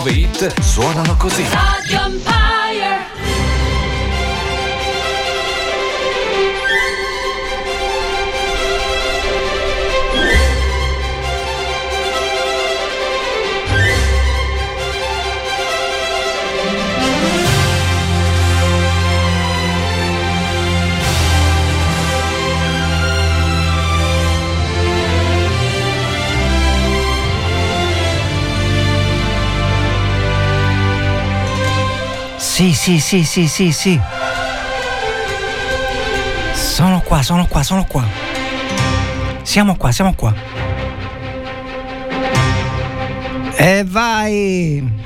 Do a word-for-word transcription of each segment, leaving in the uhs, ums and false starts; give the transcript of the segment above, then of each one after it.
nuove hit suonano così. Radio Empire. Sì, sì, sì, sì, sì, sì. Sono qua, sono qua, sono qua. Siamo qua, siamo qua. E vai!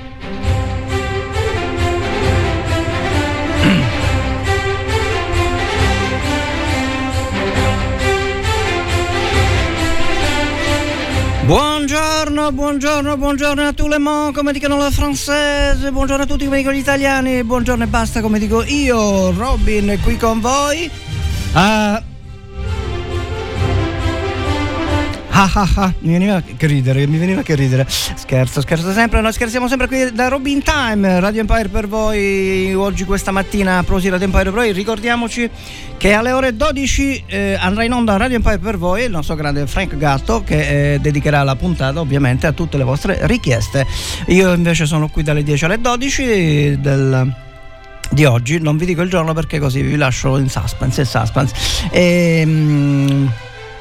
Buongiorno, buongiorno, buongiorno a tout le monde, come dicono la francese, buongiorno a tutti come dicono gli italiani, buongiorno e basta come dico io, Robin qui con voi. Uh, Ah ah ah, mi veniva che ridere, mi veniva che ridere. Scherzo, scherzo sempre, noi scherziamo sempre qui da Robin Time, Radio Empire per voi. Oggi questa mattina, prosi Radio Empire per voi, ricordiamoci che alle ore dodici eh, andrà in onda Radio Empire per voi il nostro grande Frank Gatto, che eh, dedicherà la puntata ovviamente a tutte le vostre richieste. Io invece sono qui dalle dieci alle dodici del... di oggi, non vi dico il giorno perché così vi lascio in suspense, in suspense. E...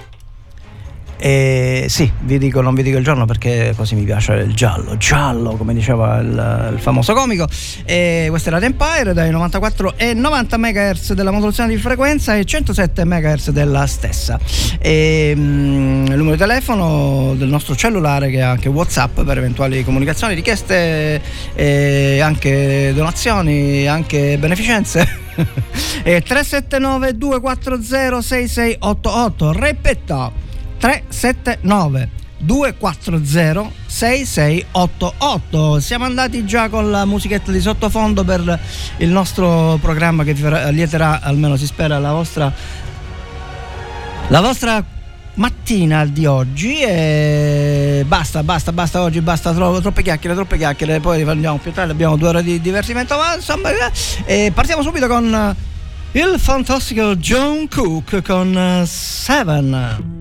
E sì, vi dico, non vi dico il giorno perché così mi piace il giallo, giallo come diceva il, il famoso comico. E questa è Radio Empire dai novantaquattro e novanta megahertz della modulazione di frequenza e centosette megahertz della stessa. E mm, il numero di telefono del nostro cellulare, che ha anche WhatsApp per eventuali comunicazioni, richieste e anche donazioni, anche beneficenze. E tre sette nove due quattro zero sei sei otto otto, ripeto tre sette nove due quattro zero sei sei otto otto. Siamo andati già con la musichetta di sottofondo per il nostro programma che vi allieterà, almeno si spera, la vostra la vostra mattina di oggi. E basta, basta, basta oggi, basta, tro- troppe chiacchiere, troppe chiacchiere, poi andiamo più tardi, abbiamo due ore di divertimento, ma insomma, e partiamo subito con il fantastico John Cook con Seven.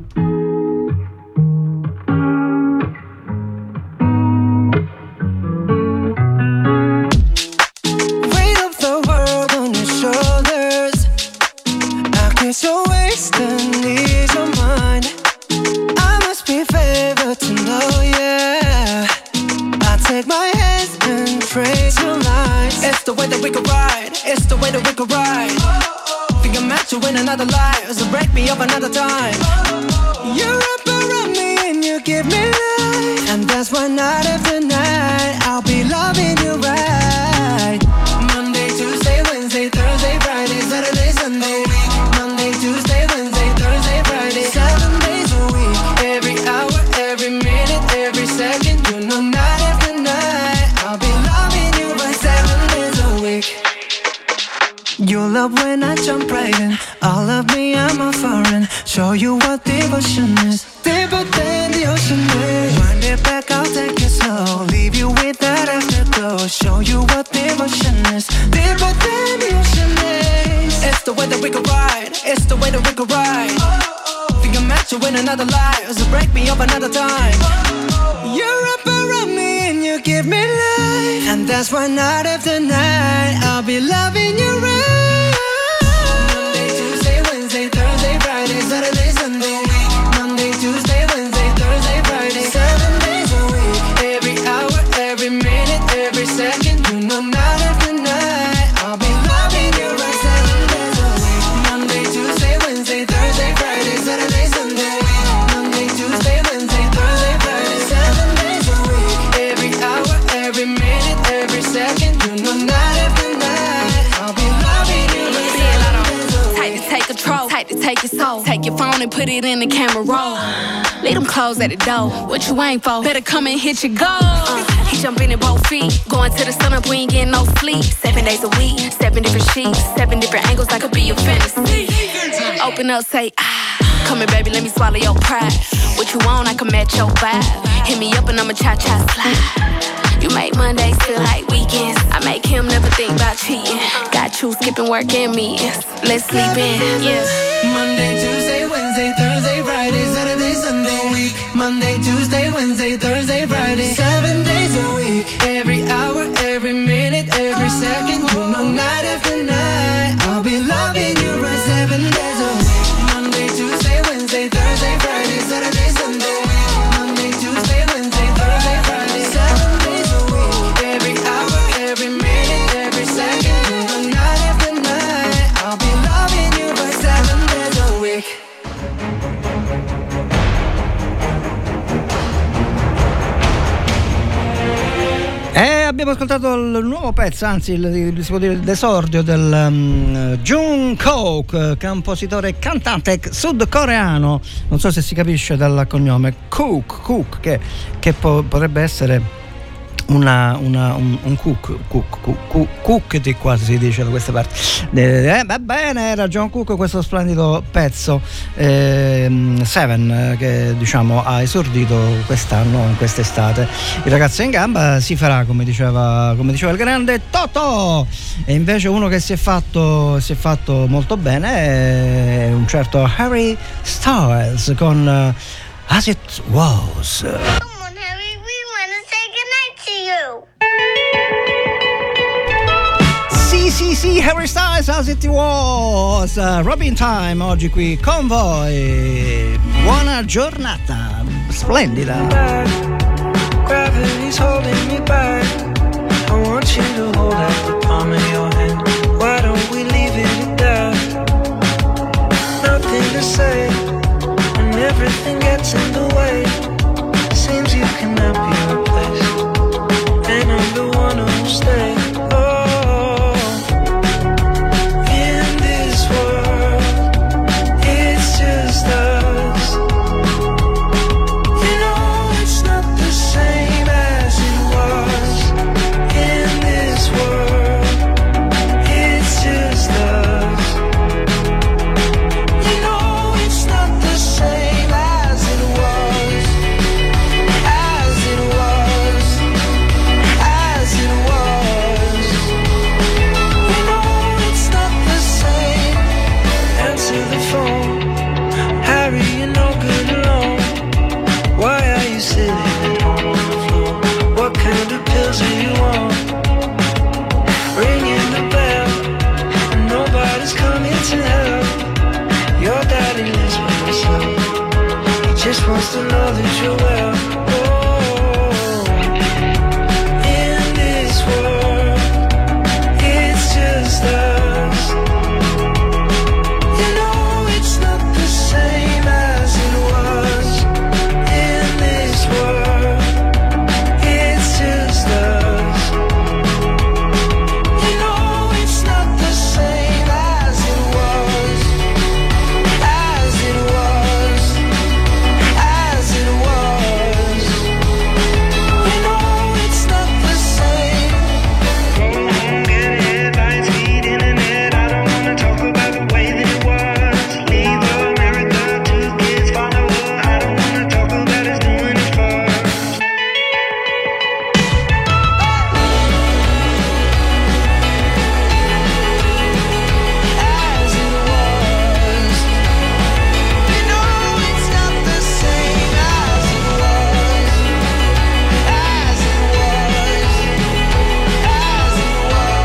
You're wasting ease your mind. I must be favored to know, yeah. I take my hands and trace your lines. It's the way that we could ride. It's the way that we could ride. Think I'm meant to win another life, so break me up another time. You wrap around me and you give me life, and that's why night after night I'll be loving you right. Monday, Tuesday, Wednesday, Thursday, Friday, Saturday, Sunday. Tuesday, Wednesday, Thursday, Friday, seven days a week. Every hour, every minute, every second. You know, night after night I'll be loving you by seven days a week. You love when I jump right in. All of me, I'm a foreign. Show you what devotion is. Deeper than the ocean is. Wind it back, I'll take it slow. Leave you with that afterglow. Show you what devotion is. Deeper than the ocean is. It's the way that we could ride. It's the way that we could ride. Think I'm meant to win another life, so break me up another time. You're up around me and you give me life, and that's why night after night I'll be loving you right. Monday, Tuesday, Wednesday, Thursday, Friday, Saturday, Sunday. Monday, Tuesday, Wednesday, Thursday, Friday, seven days a week. Every hour, every minute, every second. You know, night after night I'll be loving you right. Seven days a week. Monday, Tuesday, Wednesday, Thursday, Friday, Saturday, Sunday. Monday, Tuesday, Wednesday, Thursday, Friday, seven days a week. Every hour, every minute, every second. You know, night after night I'll be loving you right. Seven days a week. Tight to take control, tight to take your soul. Take your phone and put it in the camera roll. Leave them clothes at the door. What you ain't for? Better come and hit your goal. Uh, he jumping in both feet. Going to the sun up, we ain't getting no sleep. Seven days a week, seven different sheets, seven different angles. That could be your fantasy. Open up, say ah. Come here, baby, let me swallow your pride. What you want, I can match your vibe. Hit me up and I'ma cha-cha slide. You make Mondays feel like weekends. I make him never think about cheating. Got you skipping work and meetings. Let's sleep in, yeah. Monday, Tuesday, Wednesday, Thursday, Friday, Saturday, Sunday, week. Monday, Tuesday, Wednesday, Thursday, Friday, seven days a week. Every hour, every minute, every second, you know, night after night, I'll be loving you right seven days a week. Monday, Tuesday, Wednesday, Thursday, Friday, Saturday, Sunday, Monday, Tuesday, Wednesday, Thursday, Friday, seven days a week. Every hour, every minute, every second, you know, night after night, I'll be loving you right seven days a week. E abbiamo ascoltato il nuovo pezzo, anzi il, il, si può dire l'esordio del um, Jungkook, compositore e cantante sudcoreano. Non so se si capisce dal cognome Cook, Cook che, che po- potrebbe essere una, una, un, un cook, cook, cook, cook, cook di qua si dice da queste parti. Eh, va bene, era John Cook questo splendido pezzo eh, Seven che diciamo ha esordito quest'anno, in quest'estate. Il ragazzo in gamba si farà, come diceva, come diceva il grande Toto, e invece uno che si è fatto, si è fatto molto bene è un certo Harry Styles con uh, As It Was. Sì, sì, sì, Harry Styles, As It Was. uh, Robin Time oggi qui con voi. Buona giornata, splendida. Gravity's holding me back. I want you to hold out the palm of your hand. Why don't we leave it at that? Nothing to say when everything gets in the way. Seems you cannot be replaced, and I'm the one who'll stay. Just wants to know that you're well. Oh, in this world, it's just us. You know it's not the same as it was. In this world, it's just us. You know it's not the same as it was. As it was. As it was, you know it's not the same. Go home, get headlines, feed internet. I don't wanna talk about the way that it was. Leave America, two kids, follow her. I don't wanna talk about us doing it first. As it was, you know it's not the same as it was. As it was, as it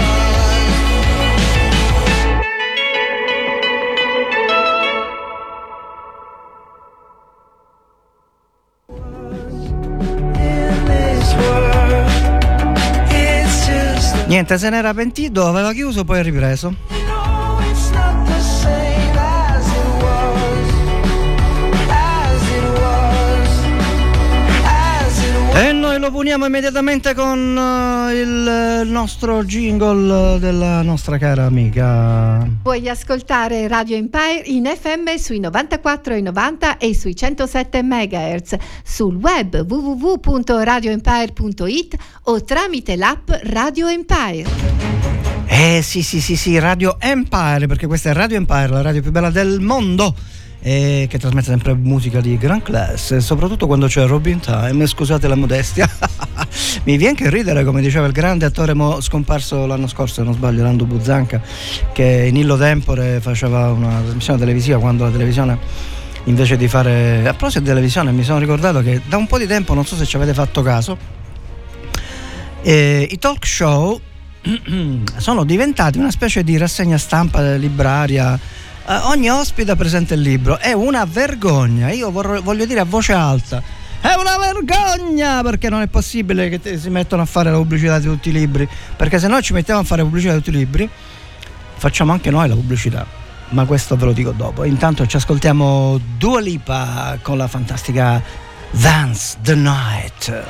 was. In this world, it's just Niente, se n'era pentito, aveva chiuso, poi ha ripreso. you know it's not the same as it was. As it was. As it was. E noi lo puniamo immediatamente con uh, il nostro jingle della nostra cara amica. Puoi ascoltare Radio Empire in F M sui novantaquattro e novanta e sui centosette megahertz, sul web w w w punto radio empire punto i t o tramite l'app Radio Empire. Eh sì sì sì sì, Radio Empire, perché questa è Radio Empire, la radio più bella del mondo. e che trasmette sempre musica di gran classe, soprattutto quando c'è Robin Time, scusate la modestia. Mi viene che ridere, come diceva il grande attore mo scomparso l'anno scorso, se non sbaglio, Lando Buzzanca, che in illo tempore faceva una trasmissione televisiva quando la televisione, invece di fare, a proposito di televisione, mi sono ricordato che da un po' di tempo, non so se ci avete fatto caso, eh, i talk show sono diventati una specie di rassegna stampa libraria. Uh, ogni ospite presenta il libro, è una vergogna, io vorrei, voglio dire a voce alta, è una vergogna, perché non è possibile che te, si mettono a fare la pubblicità di tutti i libri, perché se noi ci mettiamo a fare pubblicità di tutti i libri facciamo anche noi la pubblicità, ma questo ve lo dico dopo. Intanto ci ascoltiamo Dua Lipa con la fantastica Dance the Night.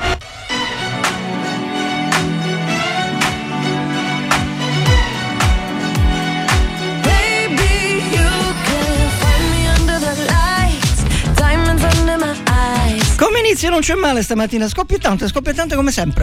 Come inizio non c'è male stamattina, scoppiettante, scoppiettante come sempre.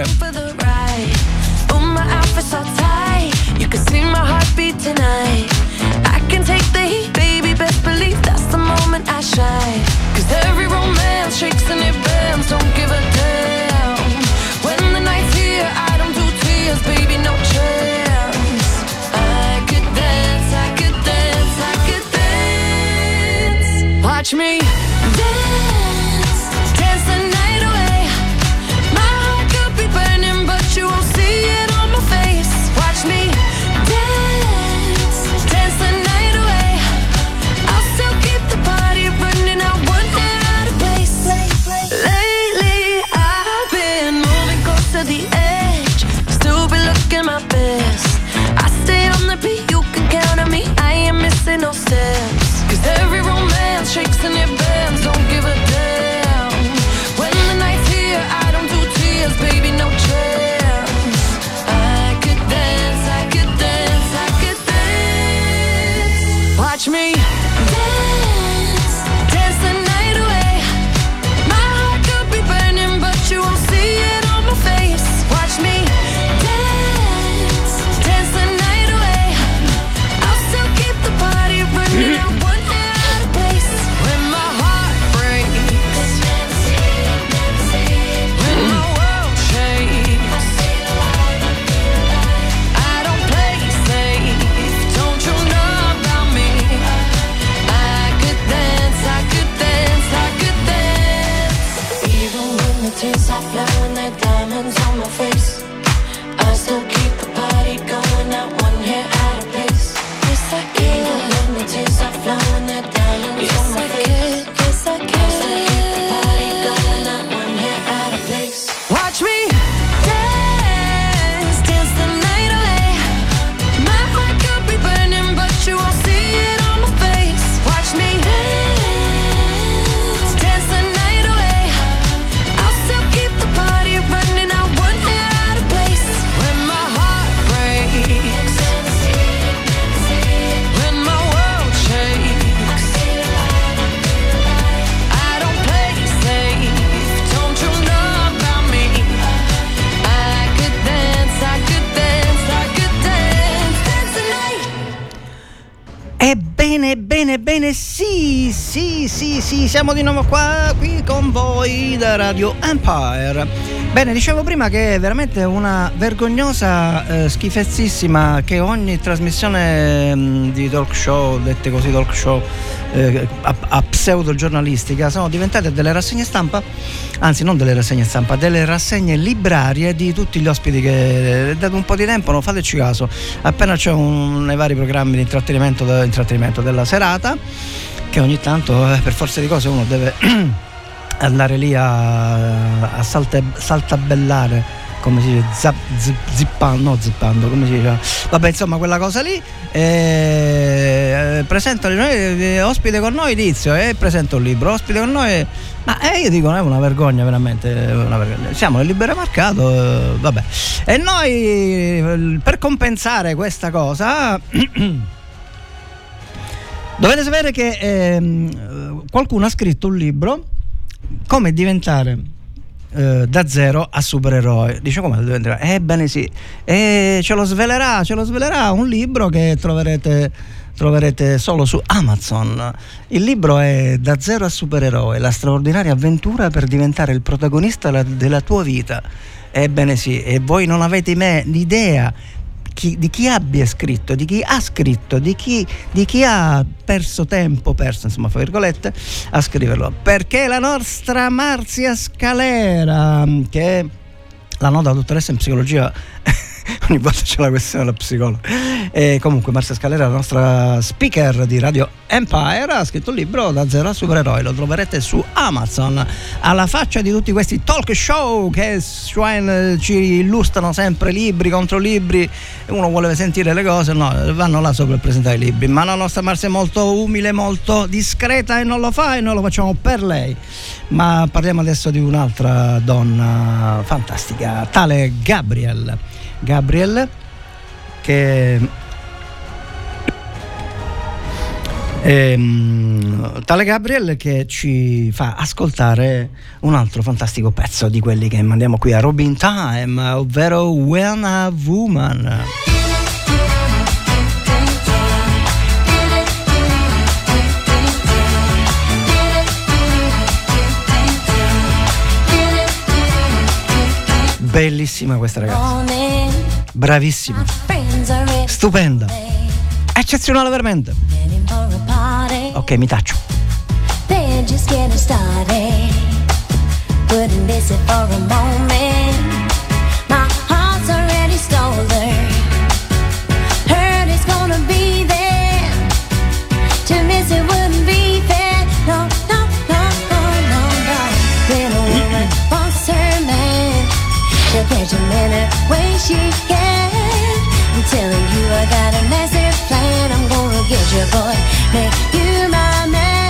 Watch me dance, dance the night away. My heart could be burning, but you won't see it on my face. Watch me dance, dance the night away. I'll still keep the party running, I won't get out of place. Lately I've been moving close to the edge, still be looking my best. I stay on the beat, you can count on me, I ain't missing no steps. Cause every romance shakes and it bends, don't give a damn. When the night's here, I don't do tears, baby, no chance. I could dance, I could dance, I could dance. Watch me dance, dance the night away. My heart could be burning, but you won't see it on my face. Watch me dance, dance the night away. I'll still keep the party running. Tears are flowing like diamonds on my face. I still keep the party going, not one hair out of place. Yes, I can. Even when the tears are flowing like diamonds yes, on my I face. Can. Yes, I can. I still keep the party going, not one hair out of place. Watch me dance, dance the night away. My heart could be burning, but you won't see it on my face. Watch me dance, dance the night away. I'll still keep the party running, I won't get out of place. When my heart breaks, when my world shakes, I don't play safe, don't you know about me? I could dance, I could dance, I could dance, dance the night. Ebbene, bene, bene, sì, sì, sì, sì, siamo di nuovo qua, qui con voi da Radio Empire. Bene, dicevo prima che è veramente una vergognosa eh, schifezzissima che ogni trasmissione mh, di talk show, dette così talk show eh, a, a pseudo giornalistica, sono diventate delle rassegne stampa, anzi non delle rassegne stampa, delle rassegne librarie di tutti gli ospiti che da un po' di tempo, non fateci caso, appena c'è un, nei vari programmi di intrattenimento, de, intrattenimento della serata, che ogni tanto eh, per forza di cose uno deve andare lì a, a salte, saltabellare, come si dice, zap, zip, zippando, no zippando, come si dice, vabbè, insomma quella cosa lì. E, presento noi, ospite con noi Tizio, e presento un libro, ospite con noi, ma eh, io dico, è una vergogna, veramente una vergogna. Siamo nel libero mercato, eh, vabbè, e noi per compensare questa cosa dovete sapere che ehm, qualcuno ha scritto un libro, come diventare eh, da zero a supereroe. Dice, come diventare? Ebbene sì, e ce lo svelerà, ce lo svelerà un libro che troverete troverete solo su Amazon. Il libro è Da zero a supereroe, la straordinaria avventura per diventare il protagonista della tua vita. Ebbene sì, e voi non avete me l'idea chi, di chi abbia scritto, di chi ha scritto, di chi, di chi ha perso tempo, perso insomma fra virgolette, a scriverlo. Perché la nostra Marzia Scalera, che è la nota dottoressa in psicologia, ogni volta c'è la questione della psicologa, e comunque Marzia Scalera, la nostra speaker di Radio Empire, ha scritto un libro Da zero a supereroi, lo troverete su Amazon, alla faccia di tutti questi talk show che ci illustrano sempre libri contro libri. Uno vuole sentire le cose, no, vanno là sopra a presentare i libri, ma la nostra Marzia è molto umile, molto discreta e non lo fa, e noi lo facciamo per lei. Ma parliamo adesso di un'altra donna fantastica, tale Gabriel Gabriel che ehm, tale Gabriel che ci fa ascoltare un altro fantastico pezzo di quelli che mandiamo qui a Robin Time, ovvero When a Woman. Bellissima questa ragazza, bravissima, stupenda, eccezionale veramente. Ok, mi taccio. Catch him in a way she can. I'm telling you, I got a massive plan. I'm gonna get you, boy, make you my man.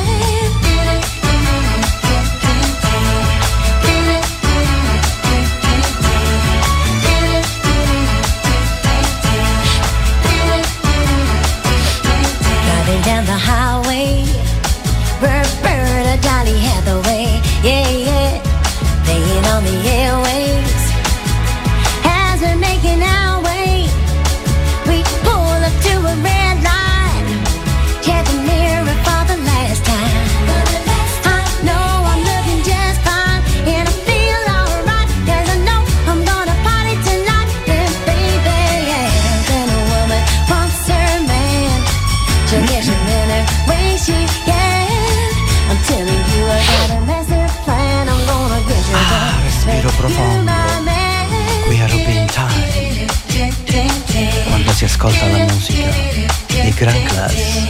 Driving down the highway, Roberta, Dolly Hathaway, yeah, yeah, playing on the airwaves. We're making our way, we pull up to a red light, check the mirror for the last time. I know I'm looking just fine, and I feel alright, cause I know I'm gonna party tonight. And baby, yeah, when a woman wants her man, she'll get him in her way she can. I'm telling you, I got a massive plan. I'm gonna get you, ah, respiro profondo qui a Robin Time, quando si ascolta la musica di gran classe.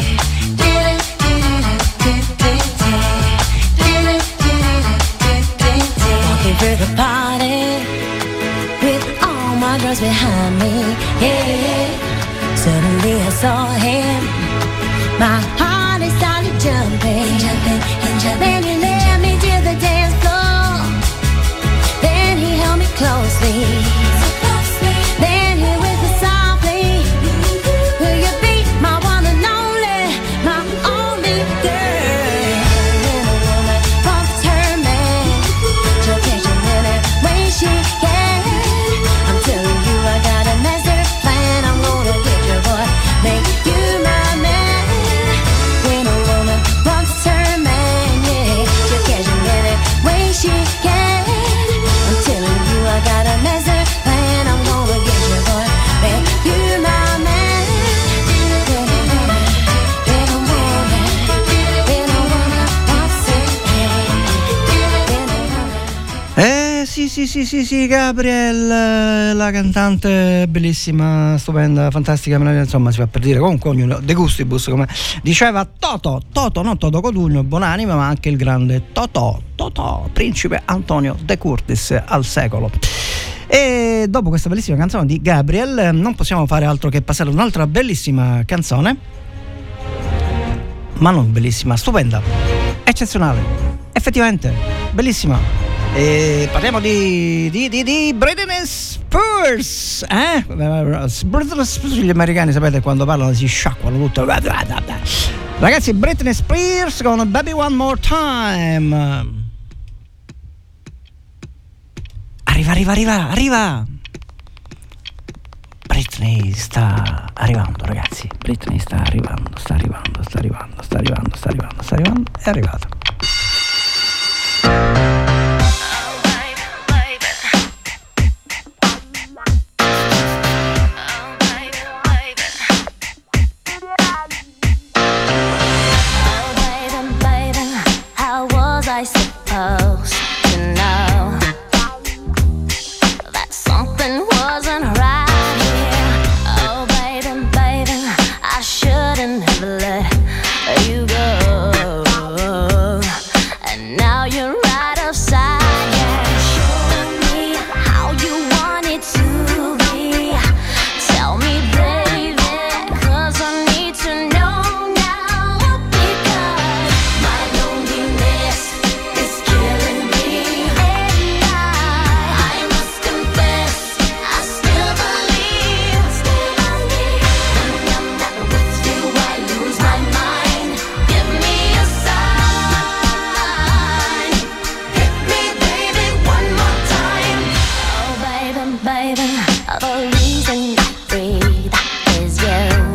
Walking through the party with all my girls behind me, yeah. Suddenly I saw him, my heart it started jumping, jumping and jumping. Then he led me to the dance floor, then he held me closely, so closely. Then he whispered softly, will you be my one and only, my only girl? When a woman wants her man, she'll catch him in her way she can. I'm telling you, I got a master plan. I'm gonna get you, boy, make you my man. When a woman wants her man, yeah, she'll catch him in her way she can. I'm telling you, I got a master plan. I'm gonna get you, boy, make you my man. When a woman, when a woman, when a woman wants her man, when a woman. Eh sì sì sì sì sì Gabriel, la cantante bellissima, stupenda, fantastica, insomma si fa per dire, comunque ognuno de gustibus, come diceva Toto, Toto, non Toto Cotugno, buonanima, ma anche il grande Totò, Totò, principe Antonio De Curtis al secolo. E dopo questa bellissima canzone di Gabriel non possiamo fare altro che passare ad un'altra bellissima canzone, ma non bellissima, stupenda, eccezionale, effettivamente bellissima. E parliamo di, di, di, di Britney Spears, eh? Britney Spears, gli americani sapete quando parlano si sciacquano tutto. Ragazzi, Britney Spears con Baby One More Time. Arriva, arriva, arriva, arriva Britney. Britney sta arrivando, ragazzi. Britney sta arrivando, sta arrivando, sta arrivando, sta arrivando, sta arrivando, sta arrivando, è arrivata. I suppose to know that something wasn't right here. Oh, baby, baby, I shouldn't have let you go. And now you're right outside, yeah. Show me how you want it to be. Tell me, baby, 'cause I need to know now. Because my loneliness is killing me, and I, I must confess, I still believe, still believe. When I'm not with you, I lose my mind. Give me a sign, hit me, baby, one more time. Oh, baby, baby, the reason I breathe is you.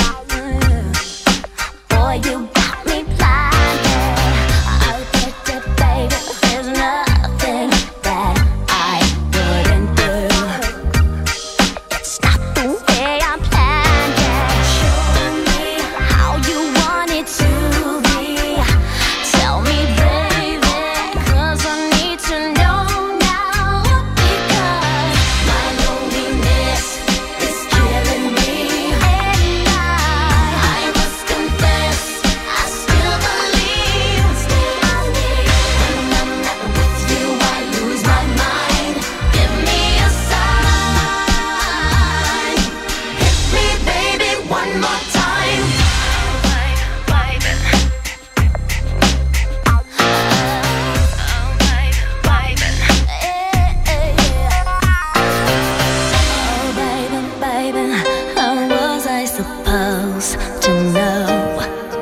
Boy, you got me blinded. I get it, baby. There's nothing that I wouldn't do. It's not the way I planned it. Show me how you want it to be. Tell me, baby, 'cause I need to know now. Because my loneliness is killing me, and I, I must confess, I still believe, still believe. When I'm not with you, I lose my mind. Give me a sign, hit me, baby, one more time. Baby, oh, baby, baby, how was I supposed to know?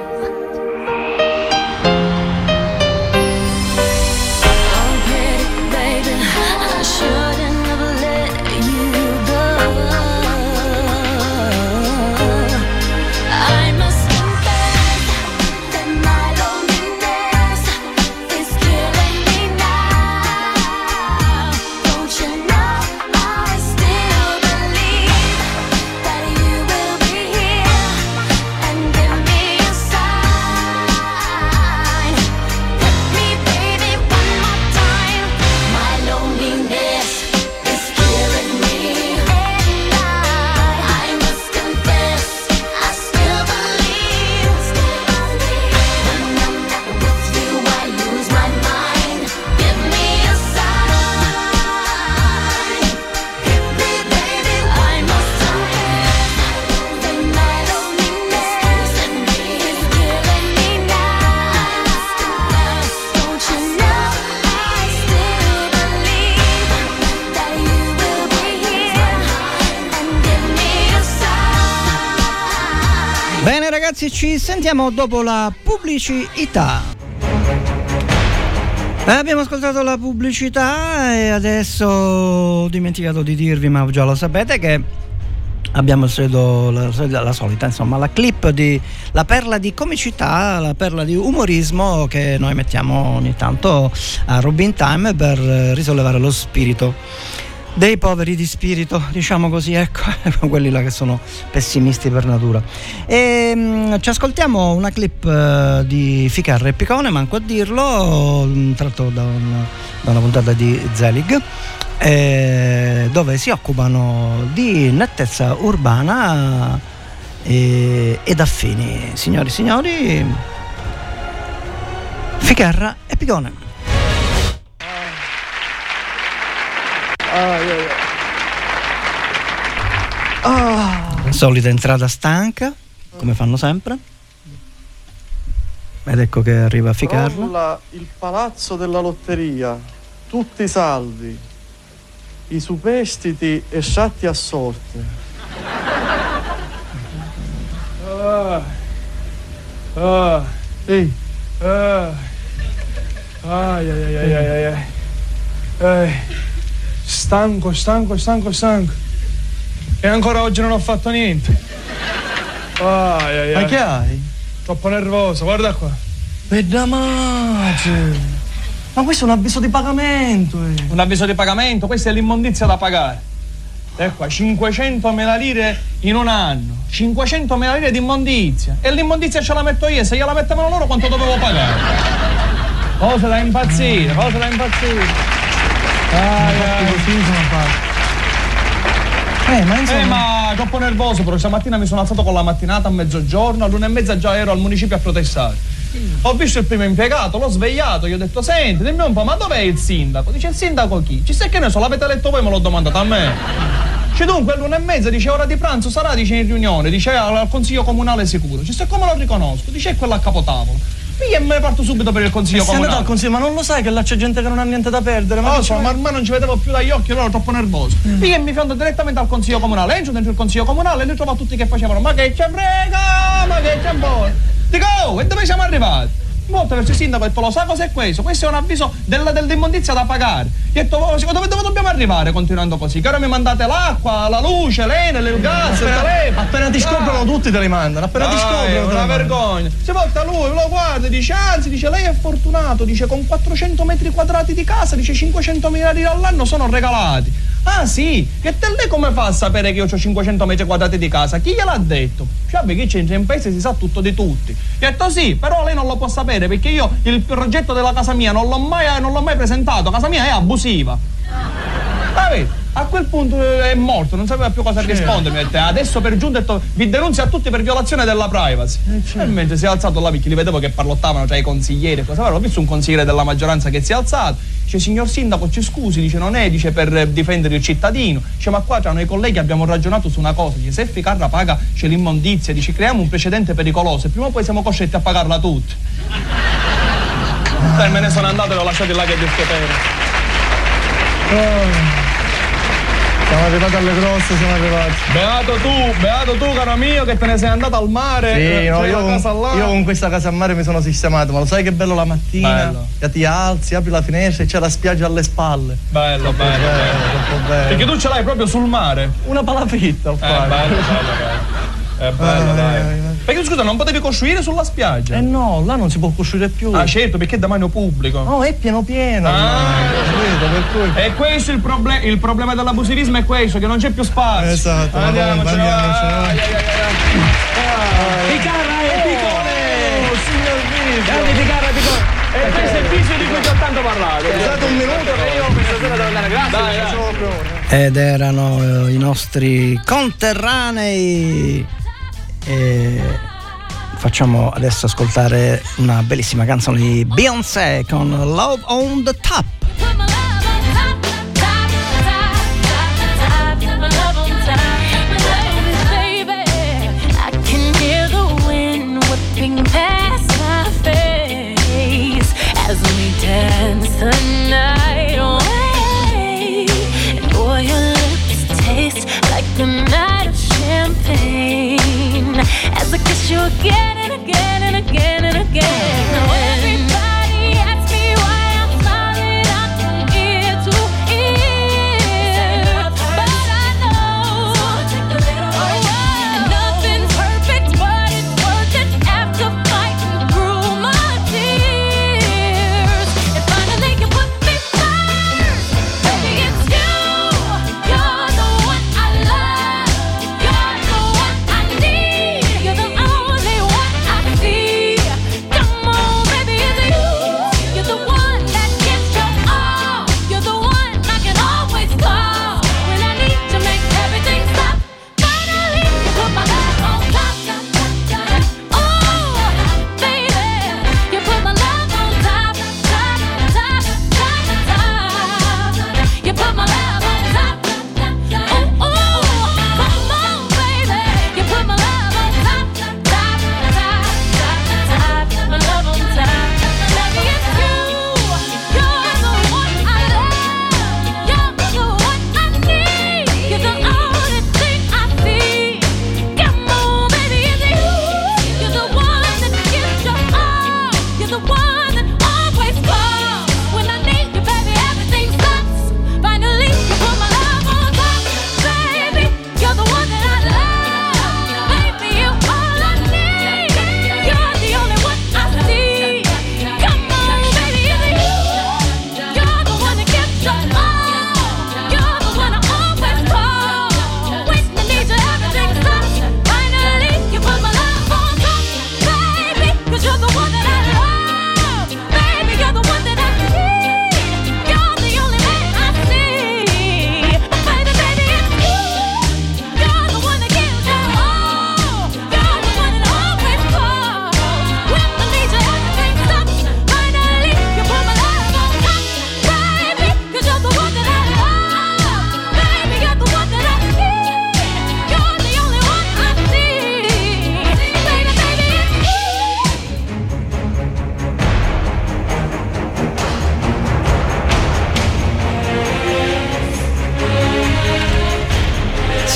Oh, pretty baby, I shouldn't have let you go. I must confess that my loneliness is killing me now. Don't you know I still believe that you will be here and give me a sign. Hit me, baby, one more time. My loneliness is killing me, and I, I must confess, I still believe, still believe. When I'm not with you, I lose my mind. Give me a sign, hit me, baby, I must confess that my loneliness is killing me now. Don't you know I still believe that you will be here and give me a sign. Bene, ragazzi, ci sentiamo dopo la pubblicità. Eh, abbiamo ascoltato la pubblicità e adesso ho dimenticato di dirvi, ma già lo sapete, che abbiamo il solito, la, la solita, insomma, la clip di la perla di comicità, la perla di umorismo che noi mettiamo ogni tanto a Robin Time per risollevare lo spirito dei poveri di spirito, diciamo così, ecco, quelli là che sono pessimisti per natura. E mh, ci ascoltiamo una clip uh, di Ficarra e Picone, manco a dirlo, mh, tratto da, un, da una puntata di Zelig, eh, dove si occupano di nettezza urbana e, ed affini. Signori e signori, Ficarra e Picone. Ah, yeah, yeah. Ah. Solita entrata stanca, come fanno sempre. Ed ecco che arriva Ficarra. Crolla il palazzo della lotteria, tutti salvi, i superstiti e sciatti a sorte. Ah. Ah. Ehi. Ah. Ai ai ai ai ai ai. Eh. Stanco, stanco, stanco, stanco. E ancora oggi non ho fatto niente. Ai, ai, ai. Ma che hai? Troppo nervoso, guarda qua. Bedamace. Ma questo è un avviso di pagamento, eh. Un avviso di pagamento, questa è l'immondizia da pagare. E qua, cinquecentomila lire in un anno. cinquecentomila lire di immondizia. E l'immondizia ce la metto io, se gliela mettevano loro quanto dovevo pagare? Cosa da impazzire, cosa da impazzire. Ai, ai. Così sono fatto. Eh, ma insomma... Eh, ma troppo nervoso, però stamattina mi sono alzato con la mattinata a mezzogiorno, all'una e mezza già ero al municipio a protestare. Ho visto il primo impiegato, l'ho svegliato, gli ho detto: senti, dimmi un po', ma dov'è il sindaco? Dice: il sindaco chi? Ci sai che ne so, l'avete letto voi, me l'ho domandato a me. Dice: dunque all'una e mezza, dice, ora di pranzo sarà, dice, in riunione, dice, al consiglio comunale sicuro. Dice: come lo riconosco? Dice: è quello a capotavolo. Io me ne parto subito per il consiglio Sei comunale. andato al consiglio, ma non lo sai che là c'è gente che non ha niente da perdere? Ma Ma, che so, c'è? ma ormai non ci vedevo più dagli occhi, io ero troppo nervoso. Mm. Io mi fiondo direttamente al consiglio comunale, entro dentro il consiglio comunale e li trovo tutti che facevano: ma che c'è frega, ma che c'è buono. Dico: oh, e dove siamo arrivati? Una volta verso il sindaco ho detto: lo sa cos'è questo? Questo è un avviso della, dell'immondizia da pagare. Gli ho detto: oh, dove, dove dobbiamo arrivare continuando così? Che ora mi mandate l'acqua, la luce, l'Enel, il gas, il telefono. Appena ti scoprono tutti te li mandano, appena ti Dai, scoprono è te li una mandano. vergogna. Si volta lui, lo guarda e dice: anzi, dice, lei è fortunato, dice, con quattrocento metri quadrati di casa, dice, cinquecentomila lire all'anno sono regalati. Ah sì, che te lei come fa a sapere che io ho cinquecento metri quadrati di casa? Chi gliel'ha detto? Cioè, chi c'entra in paese si sa tutto di tutti. Gli ho detto: sì, però lei non lo può sapere perché io il progetto della casa mia non l'ho mai, non l'ho mai presentato, casa mia è abusiva. Vabbè, a quel punto è morto, non sapeva più cosa rispondermi. Adesso per giunta ho detto: vi denunzio a tutti per violazione della privacy. E mentre si è alzato là, perché li vedevo che parlottavano tra i consiglieri, cosa fare? Ho visto un consigliere della maggioranza che si è alzato. Dice: signor sindaco, ci scusi, dice, non è, dice, per difendere il cittadino. Dice: ma qua tra noi colleghi abbiamo ragionato su una cosa. Dice: se Ficarra paga, c'è l'immondizia, dice, creiamo un precedente pericoloso e prima o poi siamo costretti a pagarla tutti. Dai, me ne sono andato e l'ho lasciato là che discutere. Oh. Siamo arrivati alle grosse, siamo arrivati. Beato tu, beato tu, caro mio, che te ne sei andato al mare. Sì, no, c'è io, la casa là. io con questa casa a mare mi sono sistemato, ma lo sai che bello la mattina? Bello. Che ti alzi, apri la finestra e c'è la spiaggia alle spalle. Bello, bello, bello. Troppo bello. Perché tu ce l'hai proprio sul mare. Una palafitta al Eh, fare. bello, bello, bello. È bello, Ah, dai. eh, eh. Perché scusa, non potevi costruire sulla spiaggia? Eh no, là non si può costruire più. Ah, certo, perché è demanio pubblico. No, è pieno pieno. Ah. Capito, per cui... E questo il, proble- il problema dell'abusivismo è questo, che non c'è più spazio. Esatto, Andiamoci, andiamoci, vai. vai. Ai, ai, ai, ai. Ficarra e Picone! Oh, signor Viso! Grandi Ficarra e Picone! E questo è il viso di cui ti ho tanto parlato. È stato un minuto che io questa sera devo andare, grazie. Dai, ci dai. sono proprio. Ed erano eh, i nostri conterranei. E facciamo adesso ascoltare una bellissima canzone di Beyoncé con Love on the Top. Put my love on top, top, top, top, top, top, my love on top, my love, baby. I can hear the wind whipping past my face as we dance the night away. And boy, your lips taste like a night of champagne as I kiss you again and again and again and again. Now everybody asks me why I'm smiling out from ear to ear, but I know and nothing's perfect, but it's worth it after fighting through my tears. And finally you put me first, baby, it's you. You're the one I love. You're the one I need. You're the only one I see. Come on.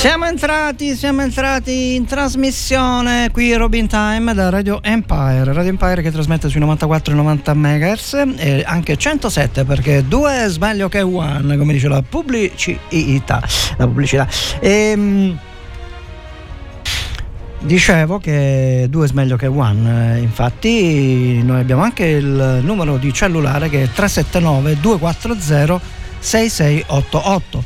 Siamo entrati, siamo entrati in trasmissione qui Robin Time da Radio Empire, Radio Empire che trasmette sui novantaquattro e novanta megahertz e anche centosette perché due è meglio che one, come dice la pubblicità, la pubblicità. E, dicevo che due è meglio che one, infatti noi abbiamo anche il numero di cellulare che è tre sette nove due quattro zero sei sei otto otto.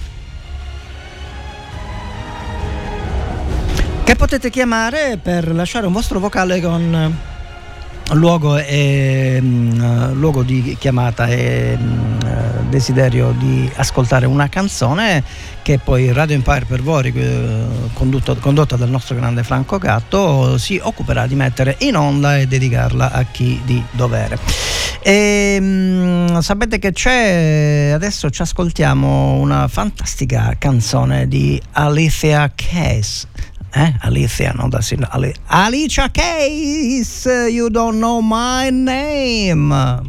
Che potete chiamare per lasciare un vostro vocale con luogo e uh, luogo di chiamata e uh, desiderio di ascoltare una canzone che poi Radio Empire per voi, uh, condotto, condotta dal nostro grande Franco Gatto, si occuperà di mettere in onda e dedicarla a chi di dovere. E um, sapete che c'è, adesso ci ascoltiamo una fantastica canzone di Alicia Keys. Eh? Alicia, non da sin- Ali- Alicia Keys, You Don't Know My Name.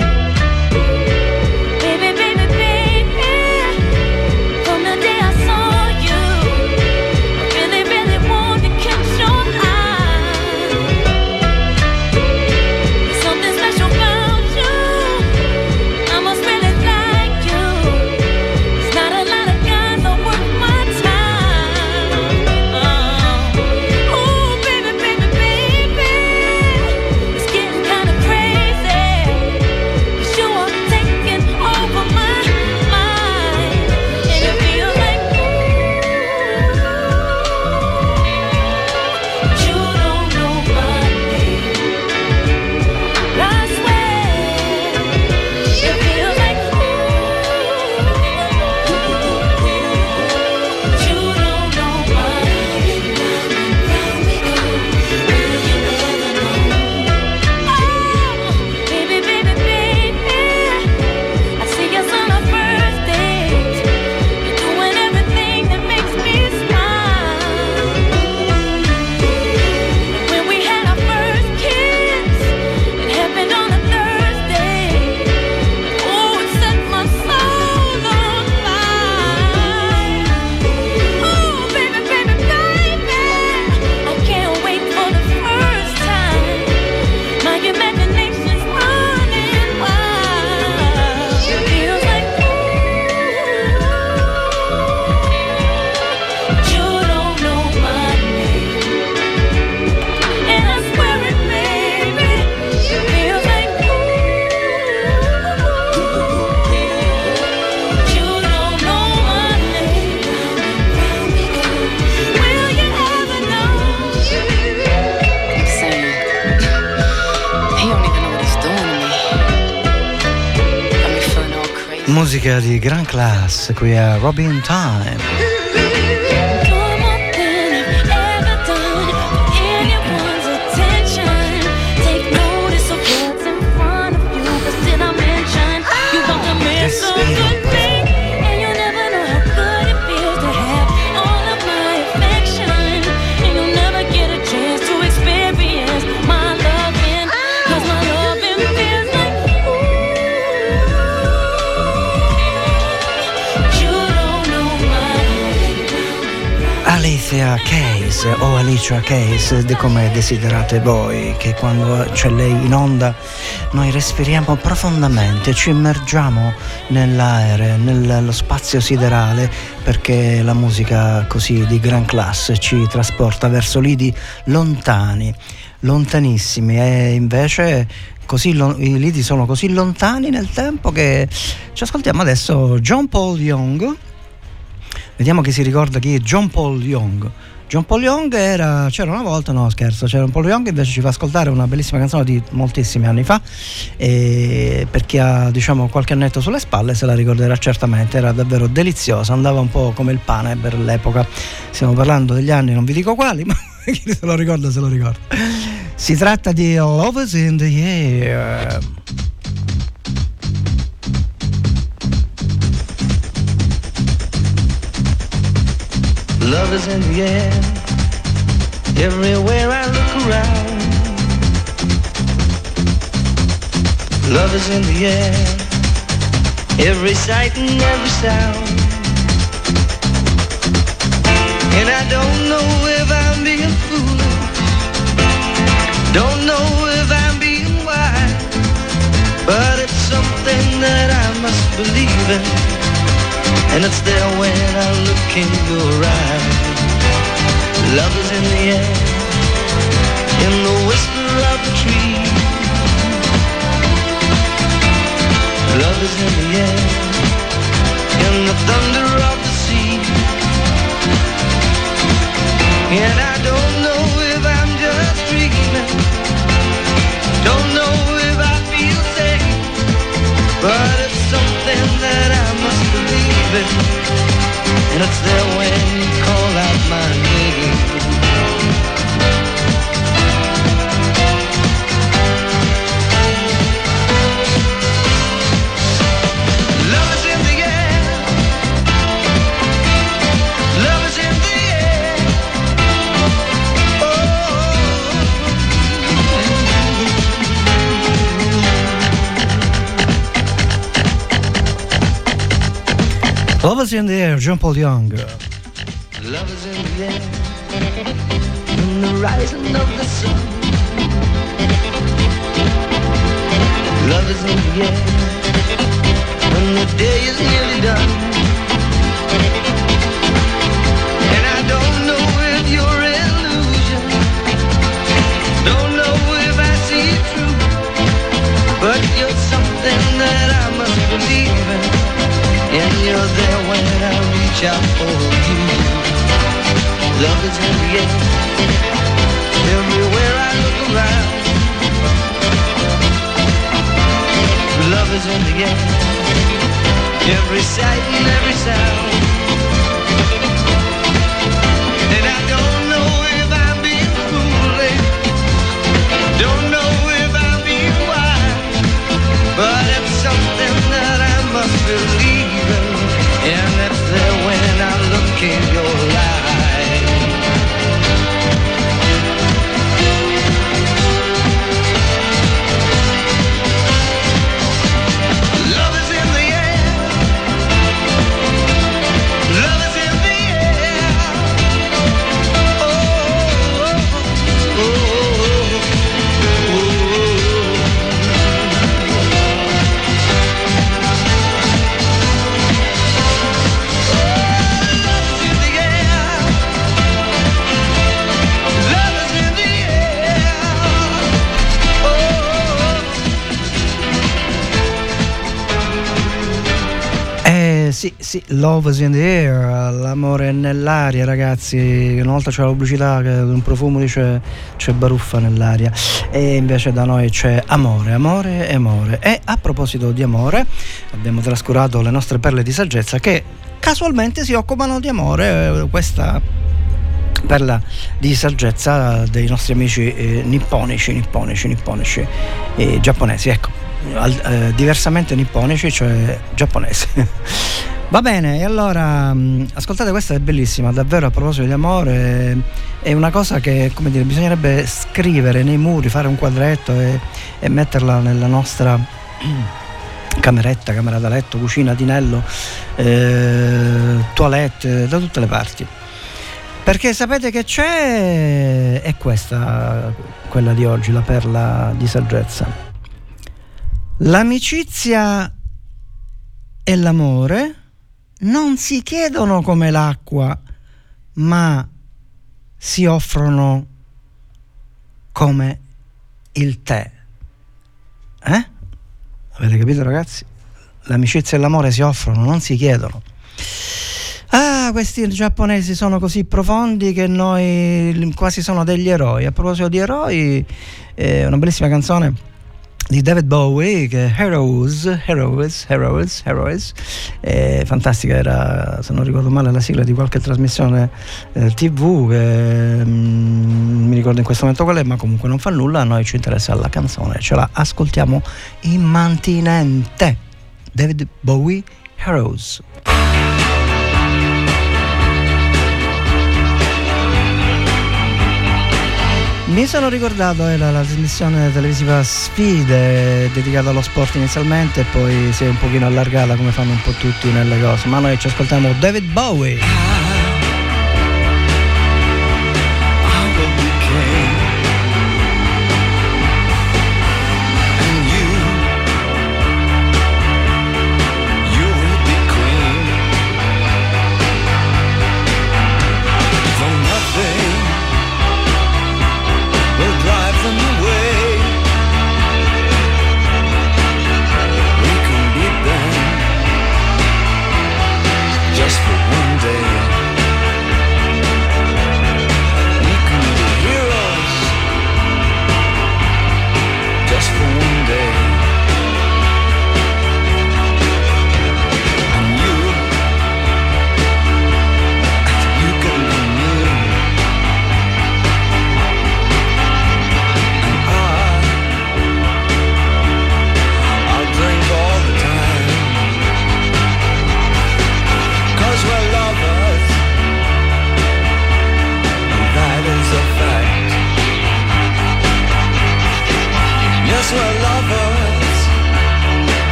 Musica di gran classe qui a Robin Time. Alicia Keys o Alicia Keys, come desiderate voi, che quando c'è lei in onda noi respiriamo profondamente, ci immergiamo nell'aereo, nello spazio siderale, perché la musica così di gran classe ci trasporta verso lidi lontani, lontanissimi, e invece così i lidi sono così lontani nel tempo che ci ascoltiamo adesso John Paul Young. Vediamo chi si ricorda chi è John Paul Young. John Paul Young era, c'era una volta, no scherzo, c'era un Paul Young, invece ci fa ascoltare una bellissima canzone di moltissimi anni fa, e per chi ha, diciamo, qualche annetto sulle spalle se la ricorderà certamente, era davvero deliziosa, andava un po' come il pane per l'epoca. Stiamo parlando degli anni, non vi dico quali, ma chi se lo ricorda se lo ricorda. Si tratta di Love is in the Air. Love is in the air, everywhere I look around. Love is in the air, every sight and every sound. And I don't know if I'm being foolish, don't know if I'm being wise, but it's something that I must believe in, and it's there when I look in your eyes. Love is in the air, in the whisper of the tree. Love is in the air, in the thunder of the sea. And I don't know if I'm just dreaming, don't know if I feel safe, but it's something that I must believe in, and it's there when you call out my name. Love is in the air, love is in the air. Love is in the air, John Paul Young. Love is in the air, in the rising of the sun. Love is in the air, when the day is nearly done. And I don't know if you're illusion, don't know if I see it true, but you're something that I must believe in, and you're there when I reach out for you. Love is in the air, everywhere I look around. Love is in the air, every sight and every sound. And I don't know if I'm being foolish, don't know if I'm being wise, but it's something that I must believe in, and it's there when I look in your eyes. Love is in the air, love is in the air. Oh, oh, oh, Sì, sì, Love is in the air, l'amore è nell'aria, ragazzi. Una volta c'è la pubblicità che un profumo dice c'è baruffa nell'aria, e invece da noi c'è amore, amore e amore. E a proposito di amore, abbiamo trascurato le nostre perle di saggezza che casualmente si occupano di amore. Questa perla di saggezza dei nostri amici eh, nipponici, nipponici, nipponici e giapponesi, ecco. Al, eh, diversamente nipponici, cioè giapponesi. Va bene, e allora mh, ascoltate, questa è bellissima, davvero. A proposito di amore, è una cosa che, come dire, bisognerebbe scrivere nei muri, fare un quadretto e, e metterla nella nostra cameretta, camera da letto, cucina, tinello, eh, toilette, da tutte le parti. Perché sapete che c'è? È questa, quella di oggi, la perla di saggezza. L'amicizia e l'amore non si chiedono come l'acqua, ma si offrono come il tè. Eh? Avete capito, ragazzi? L'amicizia e l'amore si offrono, non si chiedono. Ah, questi giapponesi sono così profondi che noi quasi sono degli eroi. A proposito di eroi, eh, una bellissima canzone di David Bowie, che è Heroes, Heroes, Heroes, Heroes, eh, fantastica, era, se non ricordo male, la sigla di qualche trasmissione eh, tivù, che mm, mi ricordo in questo momento qual è, ma comunque non fa nulla, a noi ci interessa la canzone, ce la ascoltiamo immantinente. David Bowie, Heroes. Mi sono ricordato, era la trasmissione televisiva Sfide dedicata allo sport inizialmente, e poi si è un pochino allargata come fanno un po' tutti nelle cose, ma noi ci ascoltiamo David Bowie.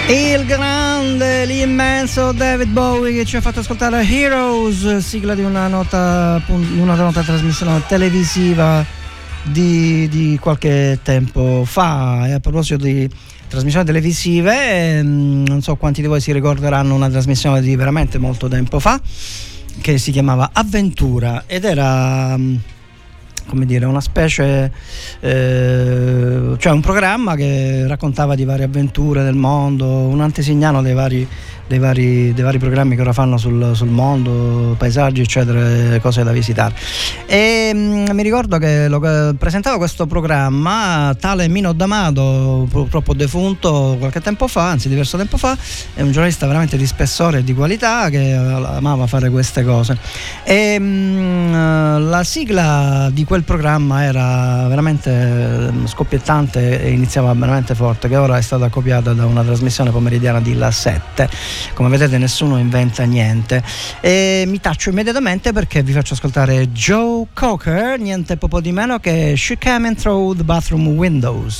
Il grande, l'immenso David Bowie che ci ha fatto ascoltare Heroes, sigla di una nota, di una nota trasmissione televisiva di, di qualche tempo fa. E a proposito di trasmissioni televisive, non so quanti di voi si ricorderanno una trasmissione di veramente molto tempo fa che si chiamava Avventura ed era, come dire, una specie, eh, cioè un programma che raccontava di varie avventure del mondo, un antesignano dei vari, dei vari, dei vari programmi che ora fanno sul, sul mondo, paesaggi eccetera, cose da visitare. E mh, mi ricordo che lo, presentava questo programma tale Mino D'Amato, purtroppo defunto qualche tempo fa, anzi diverso tempo fa, è un giornalista veramente di spessore e di qualità che amava fare queste cose. E mh, la sigla di quel programma era veramente scoppiettante e iniziava veramente forte, che ora è stata copiata da una trasmissione pomeridiana di La sette. Come vedete nessuno inventa niente e mi taccio immediatamente perché vi faccio ascoltare Joe Cocker, niente po' di meno che She Came in Through the Bathroom Windows.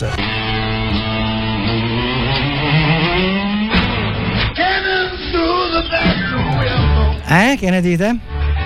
Eh, che ne dite?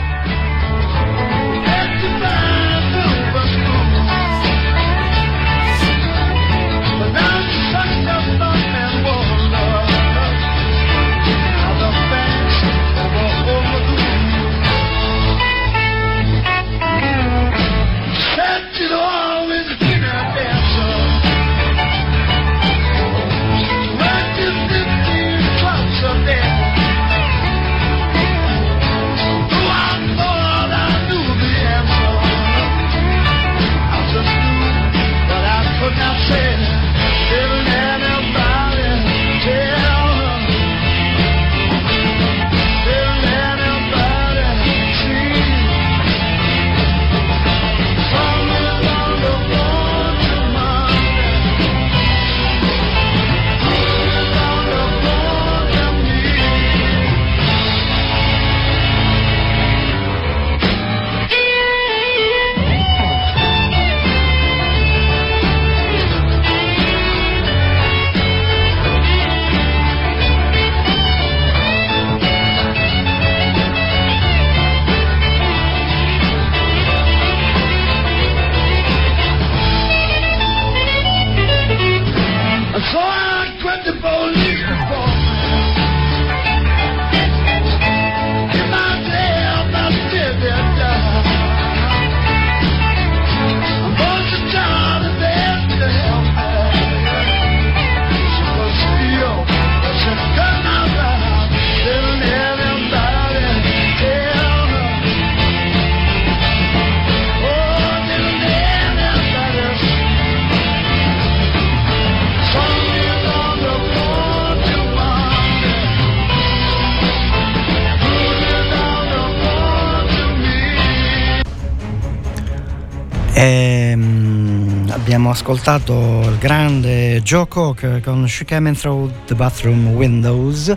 E, um, abbiamo ascoltato il grande Joe Cocker con She Came in Through the Bathroom Windows,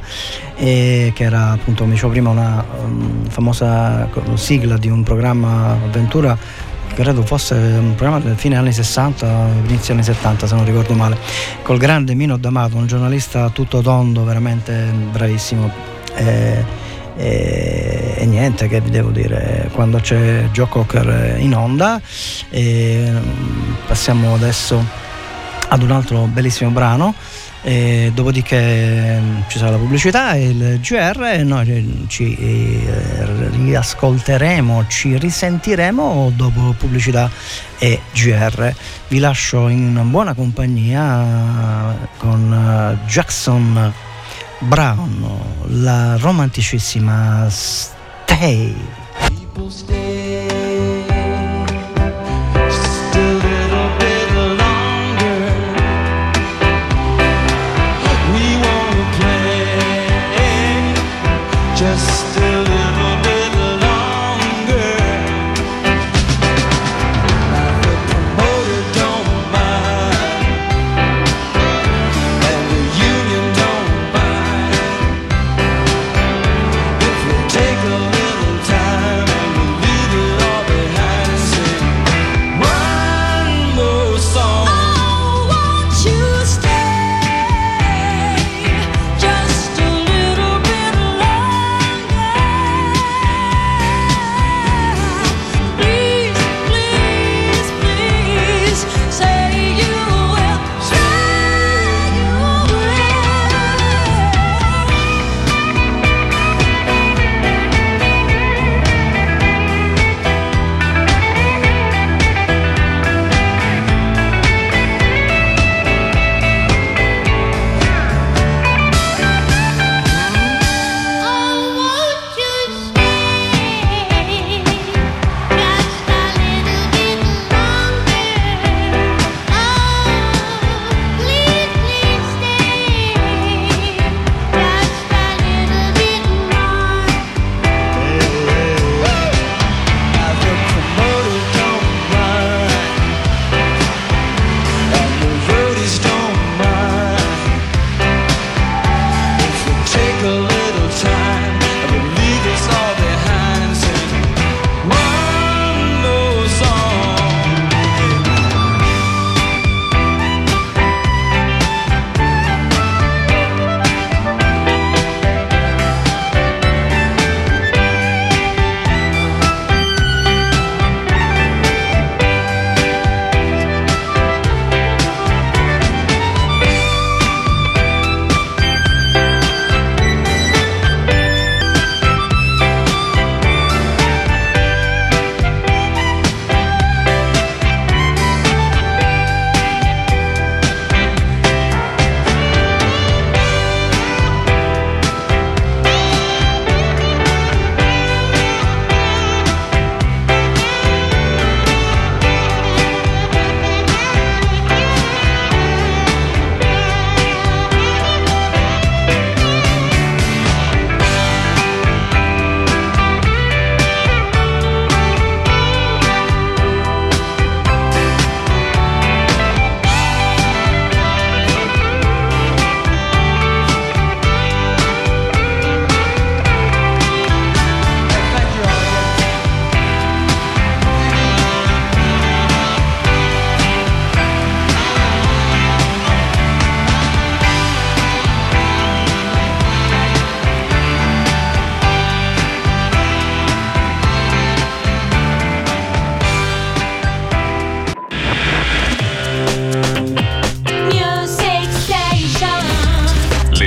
e, che era appunto, come dicevo prima, una um, famosa sigla di un programma avventura, credo fosse un programma del fine anni sessanta, inizio anni settanta se non ricordo male, col grande Mino D'Amato, un giornalista tutto tondo, veramente bravissimo. E, E, e niente, che vi devo dire, quando c'è Joe Cocker in onda. E passiamo adesso ad un altro bellissimo brano, e dopodiché ci sarà la pubblicità e il G R e noi ci riascolteremo, ci risentiremo dopo pubblicità e G R. Vi lascio in buona compagnia con Jackson Brown, la romanticissima Stay. People stay just a little bit longer. We wanna play just a little bit longer. Now the promoter don't mind, and the union don't mind. If we take a little time and we leave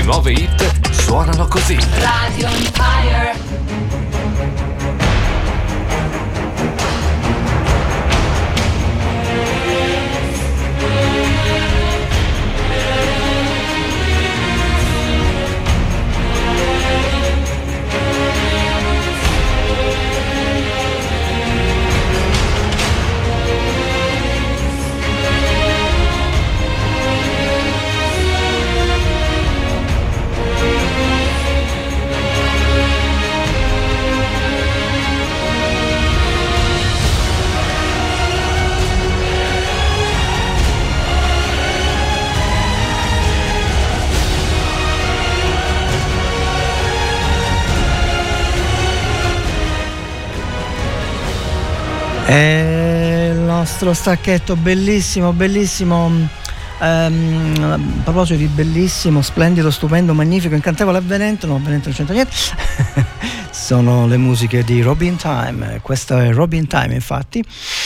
nuove hit suonano così. Radio Empire. E il nostro stacchetto bellissimo, bellissimo, ehm, a proposito di bellissimo, splendido, stupendo, magnifico, incantevole, avvenente, no, avvenente non c'entra niente, sono le musiche di Robin Time. Questa è Robin Time, infatti,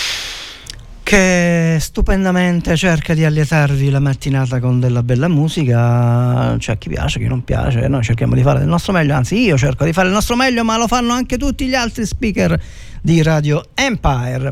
che stupendamente cerca di allietarvi la mattinata con della bella musica. C'è chi piace, chi non piace, noi cerchiamo di fare del nostro meglio, anzi io cerco di fare il nostro meglio, ma lo fanno anche tutti gli altri speaker di Radio Empire.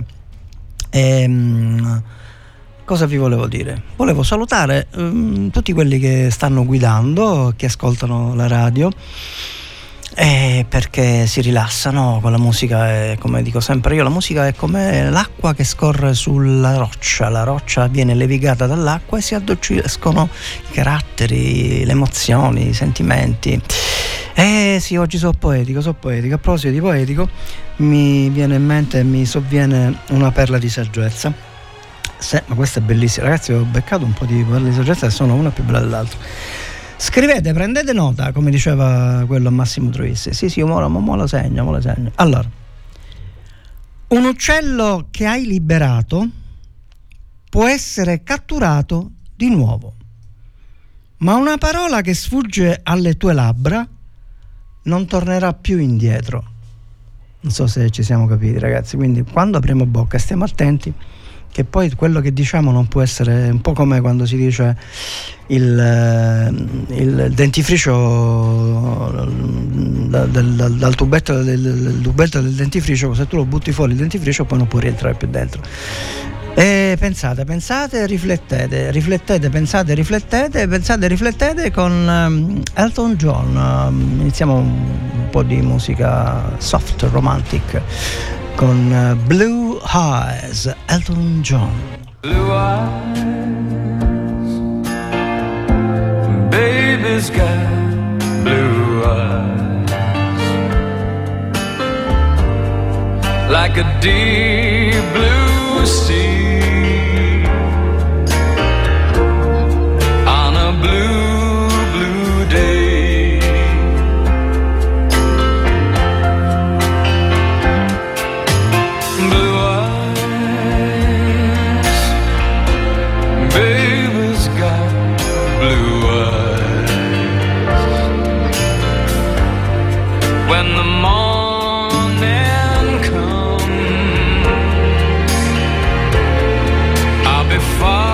E, cosa vi volevo dire? Volevo salutare um, tutti quelli che stanno guidando, che ascoltano la radio, eh, perché si rilassano con la musica. E, come dico sempre io, la musica è come l'acqua che scorre sulla roccia. La roccia viene levigata dall'acqua e si addolciscono i caratteri, le emozioni, i sentimenti. Eh sì, oggi sono poetico, sono poetico. A proposito di poetico, mi viene in mente, mi sovviene una perla di saggezza. Se, ma questa è bellissima, ragazzi, ho beccato un po' di perle di saggezza che sono una più bella dell'altra. Scrivete, prendete nota, come diceva quello a Massimo Troisi. Sì, sì, mo, mo, mo lo segno, mo lo segno. Allora, un uccello che hai liberato può essere catturato di nuovo, ma una parola che sfugge alle tue labbra non tornerà più indietro. Non so se ci siamo capiti, ragazzi. Quindi quando apriamo bocca stiamo attenti, che poi quello che diciamo non può essere, un po' come quando si dice il, il dentifricio dal, dal, dal, tubetto, del, del tubetto del dentifricio, se tu lo butti fuori il dentifricio poi non può rientrare più dentro. E pensate, pensate, riflettete, riflettete, pensate, riflettete, pensate, riflettete con um, Elton John. Um, iniziamo un po' di musica soft, romantic, con uh, Blue Eyes, Elton John. Blue eyes, baby's got blue eyes, like a deep blue sea. Blue, blue day. Blue eyes, baby's got blue eyes. When the morning comes, I'll be far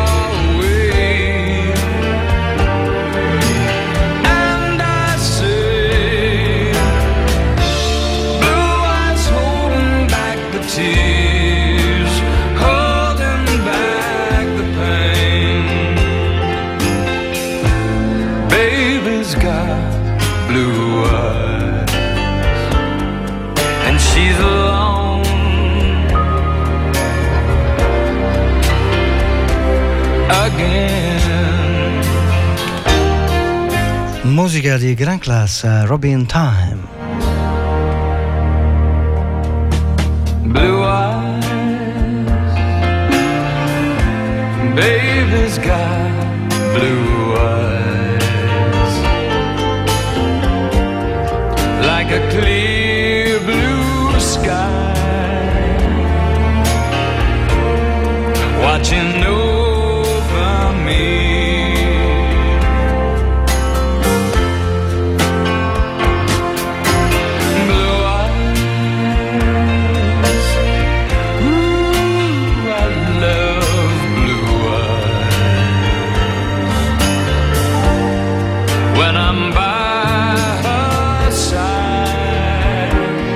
Musica di gran classe, Robin Time. Blue eyes, baby's got blue eyes, like a clear blue sky, watching over me. when I'm by her side,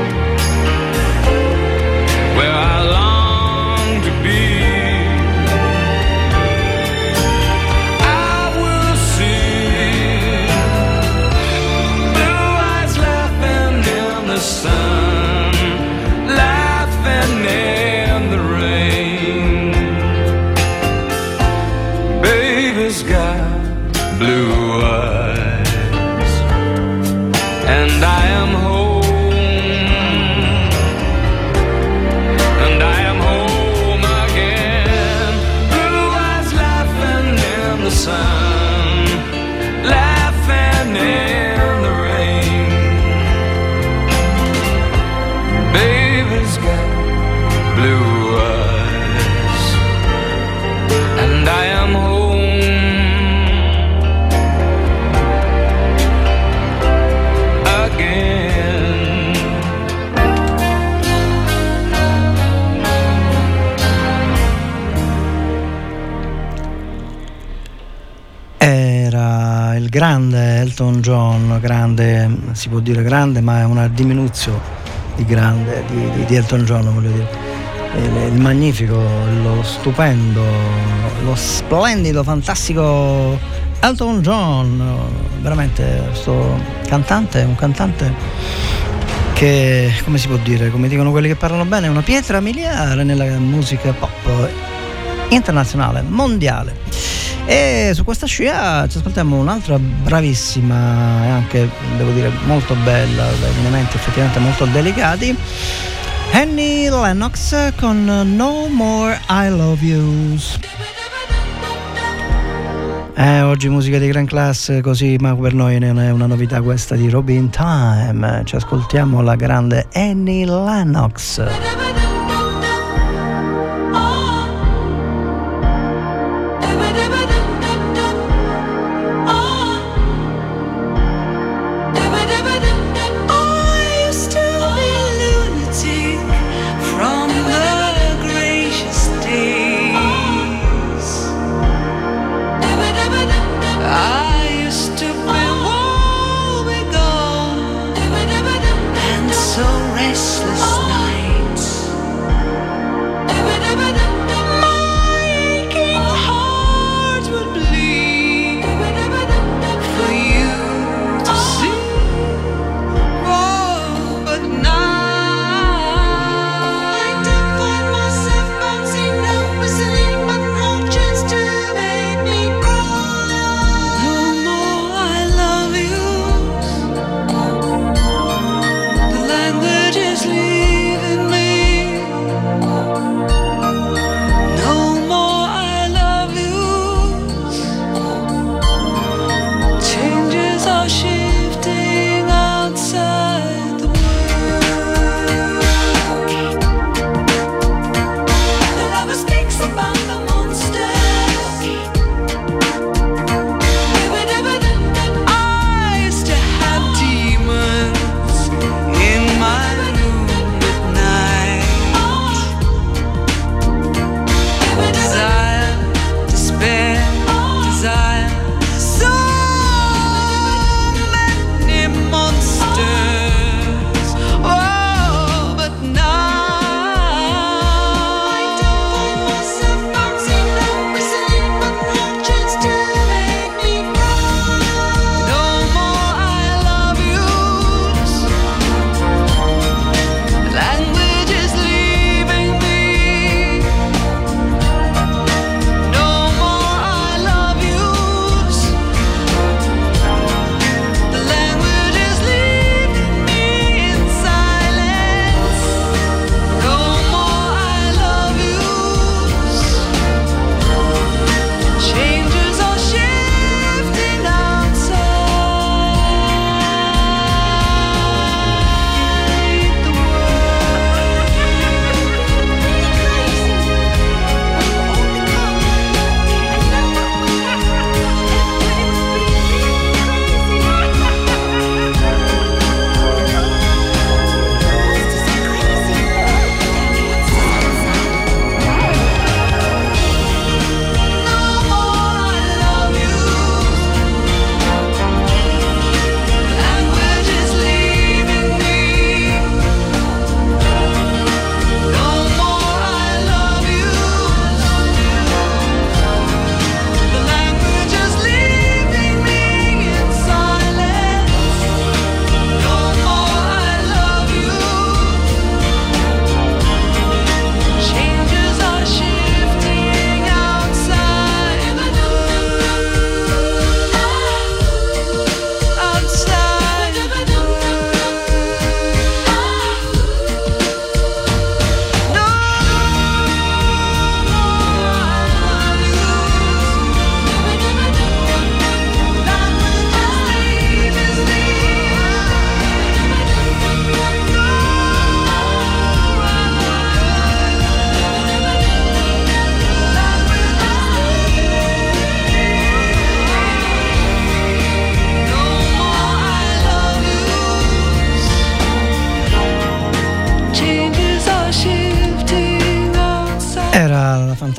where I long to be. I will see blue eyes laughing in the sun, laughing in the rain. Baby's got blue eyes, and I am home, and I am home again. Blue eyes laughing in the sun, laughing in the rain. Baby's got blue eyes, and I am home again. Era il grande Elton John, grande, si può dire grande, ma è una diminuzione di grande di, di, di Elton John, voglio dire. Il, il magnifico, lo stupendo, lo splendido, fantastico Elton John, veramente sto cantante, un cantante che, come si può dire, come dicono quelli che parlano bene, è una pietra miliare nella musica pop internazionale, mondiale. E su questa scia ci ascoltiamo un'altra bravissima e anche, devo dire, molto bella, dai lineamenti effettivamente molto delicati, Annie Lennox con No More I Love Yous. Eh, oggi musica di gran classe, così, ma per noi non è una novità questa di Robin Time. Ci ascoltiamo la grande Annie Lennox. So restless nights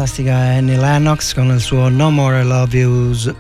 fantastica Annie Lennox con il suo No More I Love Yous.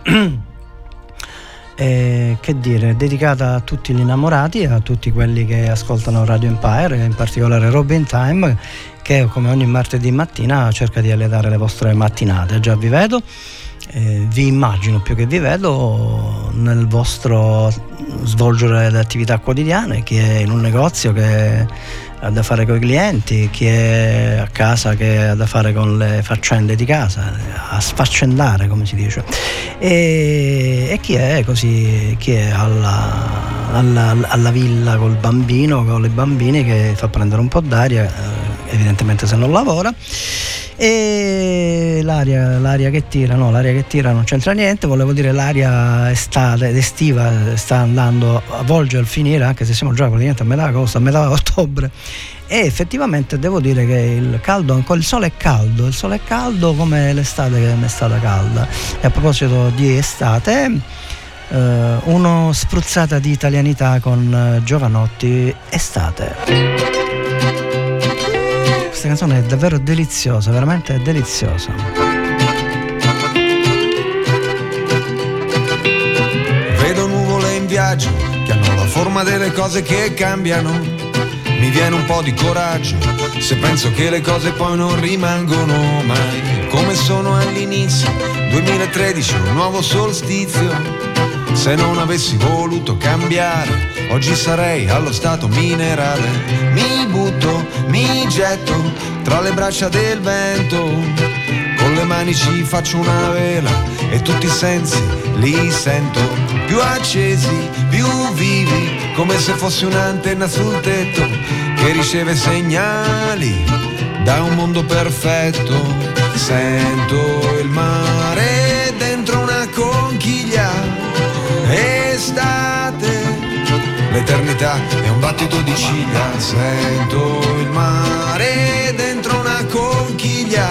E che dire, dedicata a tutti gli innamorati e a tutti quelli che ascoltano Radio Empire, in particolare Robin Time, che come ogni martedì mattina cerca di allietare le vostre mattinate. Già vi vedo, eh, vi immagino più che vi vedo nel vostro svolgere le attività quotidiane, chi è in un negozio che ha da fare con i clienti, chi è a casa che ha da fare con le faccende di casa, a sfaccendare come si dice, e, e chi è così, chi è alla, alla, alla villa col bambino, con le bambine, che fa prendere un po' d'aria, evidentemente se non lavora. E l'aria, l'aria che tira, no, l'aria che tira non c'entra niente, volevo dire l'aria estate, estiva sta andando a volgere al finire, anche se siamo già praticamente a metà agosto, a metà ottobre, e effettivamente devo dire che il caldo, ancora il sole è caldo, il sole è caldo come l'estate che è stata calda. E a proposito di estate, eh, uno spruzzata di italianità con Giovanotti, Estate. Questa canzone è davvero deliziosa, veramente deliziosa. Vedo nuvole in viaggio che hanno la forma delle cose che cambiano. Mi viene un po' di coraggio se penso che le cose poi non rimangono mai come sono all'inizio. duemilatredici, un nuovo solstizio. Se non avessi voluto cambiare, oggi sarei allo stato minerale. Mi butto, mi getto tra le braccia del vento. Con le mani ci faccio una vela e tutti i sensi li sento più accesi, più vivi, come se fossi un'antenna sul tetto che riceve segnali da un mondo perfetto. Sento il mare dentro una conchiglia. Estate, l'eternità è un battito di ciglia. Sento il mare dentro una conchiglia.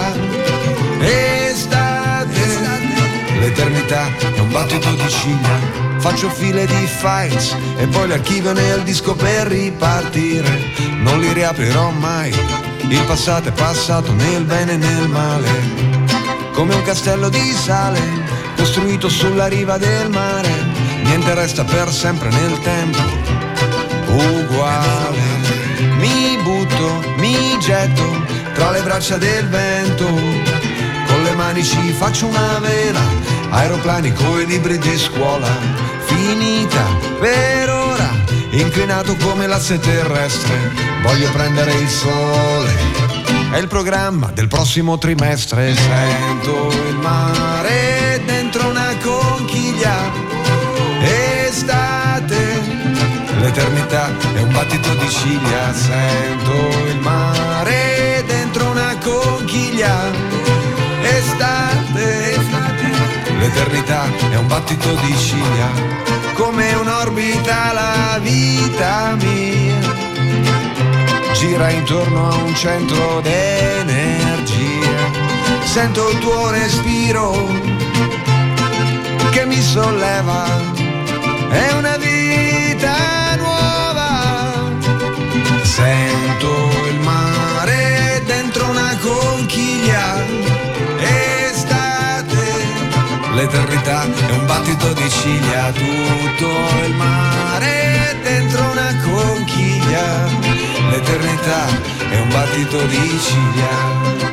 Estate, l'eternità è un battito di ciglia. Faccio file di files e poi le archivio nel disco per ripartire. Non li riaprirò mai, il passato è passato nel bene e nel male. Come un castello di sale costruito sulla riva del mare. Niente resta per sempre nel tempo, uguale. Mi butto, mi getto tra le braccia del vento. Con le mani ci faccio una vela, aeroplani coi libri di scuola. Finita per ora, inclinato come l'asse terrestre. Voglio prendere il sole, è il programma del prossimo trimestre. Sento il mare dentro una conchiglia. Estate, l'eternità è un battito di ciglia. Sento il mare dentro una conchiglia. Estate, l'eternità è un battito di ciglia. Come un'orbita la vita mia gira intorno a un centro d'energia. Sento il tuo respiro che mi solleva. È una vita nuova. Sento il mare dentro una conchiglia. Estate, l'eternità è un battito di ciglia. Tutto il mare dentro una conchiglia. L'eternità è un battito di ciglia.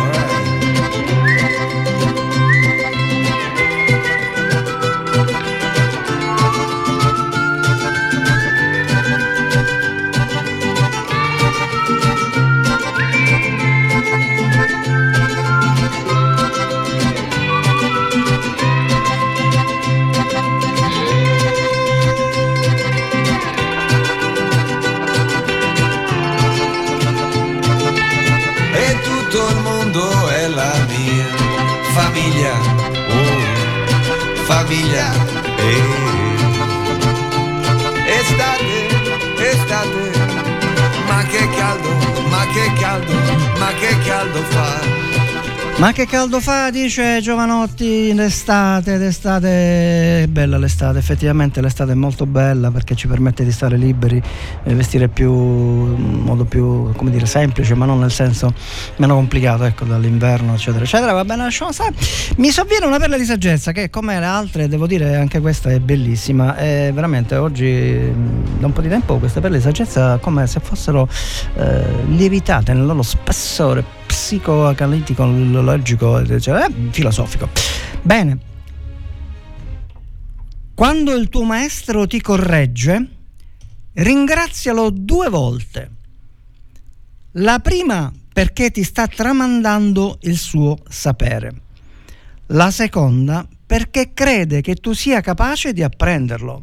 Famiglia, oh, famiglia, eh. Estate, estate, ma che caldo, ma che caldo, ma che caldo fa. Ma che caldo fa, dice Giovanotti, l'estate, l'estate è bella l'estate, effettivamente l'estate è molto bella perché ci permette di stare liberi, eh, vestire più in modo più, come dire, semplice, ma non nel senso meno complicato, ecco, dall'inverno eccetera eccetera. Va bene, lasciamo stare. Mi sovviene una perla di saggezza che, come le altre, devo dire anche questa è bellissima, e veramente oggi da un po' di tempo queste perle di saggezza come se fossero eh, lievitate nel loro spessore psicoanalitico, logico, cioè, eh, filosofico. Bene. Quando il tuo maestro ti corregge, ringrazialo due volte. La prima perché ti sta tramandando il suo sapere. La seconda perché crede che tu sia capace di apprenderlo.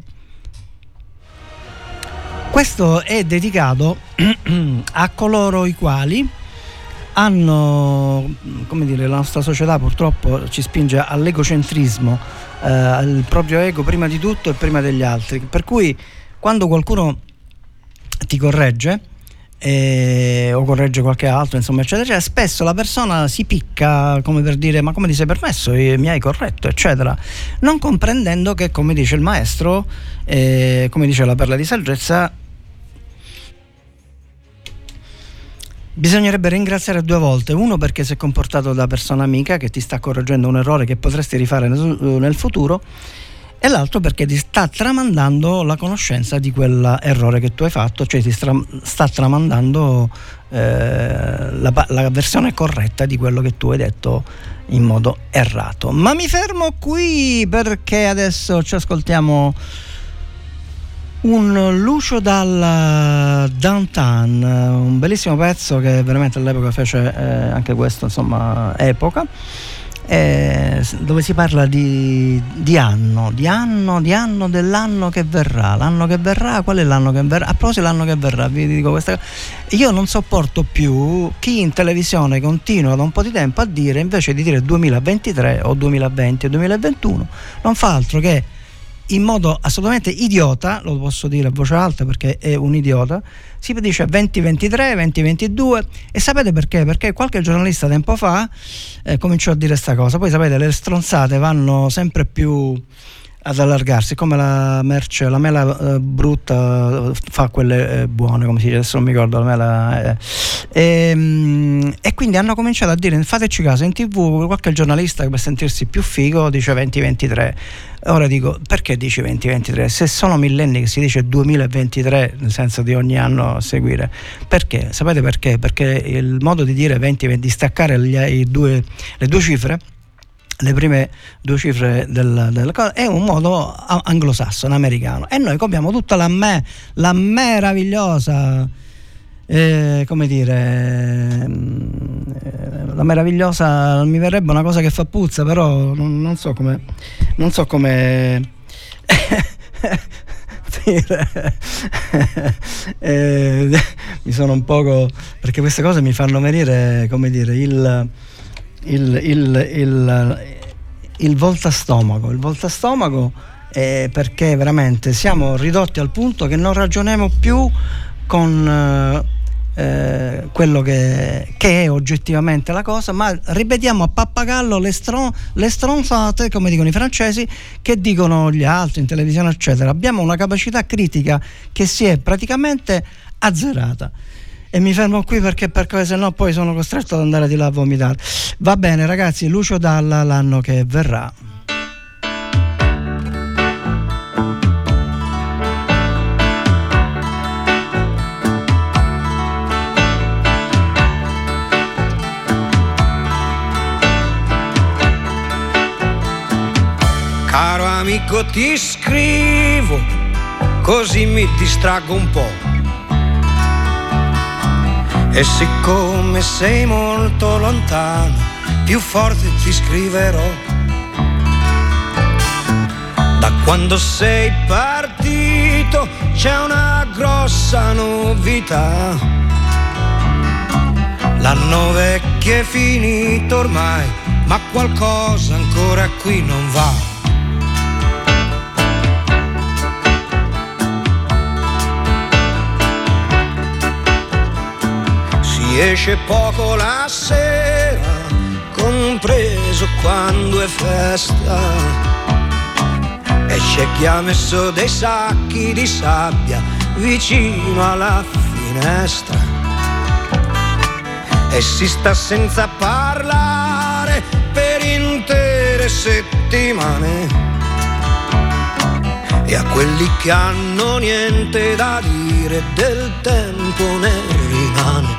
Questo è dedicato a coloro i quali hanno, come dire, la nostra società purtroppo ci spinge all'egocentrismo, eh, al proprio ego prima di tutto e prima degli altri, per cui quando qualcuno ti corregge eh, o corregge qualche altro, insomma eccetera eccetera, spesso la persona si picca come per dire: ma come ti sei permesso, mi hai corretto eccetera, non comprendendo che, come dice il maestro, eh, come dice la perla di saggezza, bisognerebbe ringraziare due volte. Uno perché si è comportato da persona amica che ti sta correggendo un errore che potresti rifare nel, nel futuro, e l'altro perché ti sta tramandando la conoscenza di quell'errore che tu hai fatto, cioè ti stra, sta tramandando eh, la, la versione corretta di quello che tu hai detto in modo errato. Ma mi fermo qui perché adesso ci ascoltiamo un Lucio dal Downtown, un bellissimo pezzo che veramente all'epoca fece eh, anche questo, insomma, epoca, eh, dove si parla di, di anno, di anno, di anno dell'anno che verrà. L'anno che verrà, qual è l'anno che verrà? A proposito dell'anno che verrà, vi dico questa cosa. Io non sopporto più chi in televisione continua da un po' di tempo a dire, invece di dire duemilaventitré o duemilaventi o duemilaventuno, non fa altro che, in modo assolutamente idiota, lo posso dire a voce alta perché è un idiota, si dice venti ventitré, venti ventidue, e sapete perché? Perché qualche giornalista tempo fa eh, cominciò a dire sta cosa. Poi sapete, le stronzate vanno sempre più ad allargarsi, come la merce, la mela eh, brutta fa quelle eh, buone, come si dice, adesso non mi ricordo la mela eh. e, e quindi hanno cominciato a dire: fateci caso, in tv qualche giornalista che per sentirsi più figo dice venti ventitré. Ora dico, perché dici venti ventitré? Se sono millenni che si dice duemilaventitré, nel senso di ogni anno a seguire, perché? Sapete perché? Perché il modo di dire venti venti, di staccare gli, i due, le due cifre, le prime due cifre del, del è un modo anglosassone, americano, e noi copiamo tutta la me, la meravigliosa eh, come dire eh, la meravigliosa, non mi verrebbe una cosa che fa puzza, però non, non so come non so come eh, mi sono un poco, perché queste cose mi fanno venire, come dire, il Il, il, il, il voltastomaco il voltastomaco è perché veramente siamo ridotti al punto che non ragioniamo più con eh, quello che, che è oggettivamente la cosa, ma ripetiamo a pappagallo le, stron, le stronzate, come dicono i francesi, che dicono gli altri in televisione eccetera. Abbiamo una capacità critica che si è praticamente azzerata. E mi fermo qui perché perché se no poi sono costretto ad andare di là a vomitare. Va bene ragazzi, Lucio Dalla, l'anno che verrà. Caro amico, ti scrivo così mi distraggo un po'. E siccome sei molto lontano, più forte ti scriverò. Da quando sei partito c'è una grossa novità. L'anno vecchio è finito ormai, ma qualcosa ancora qui non va. Si esce poco la sera con compreso quando è festa. E c'è chi ha messo dei sacchi di sabbia vicino alla finestra e si sta senza parlare per intere settimane. E a quelli che hanno niente da dire del tempo ne rimane.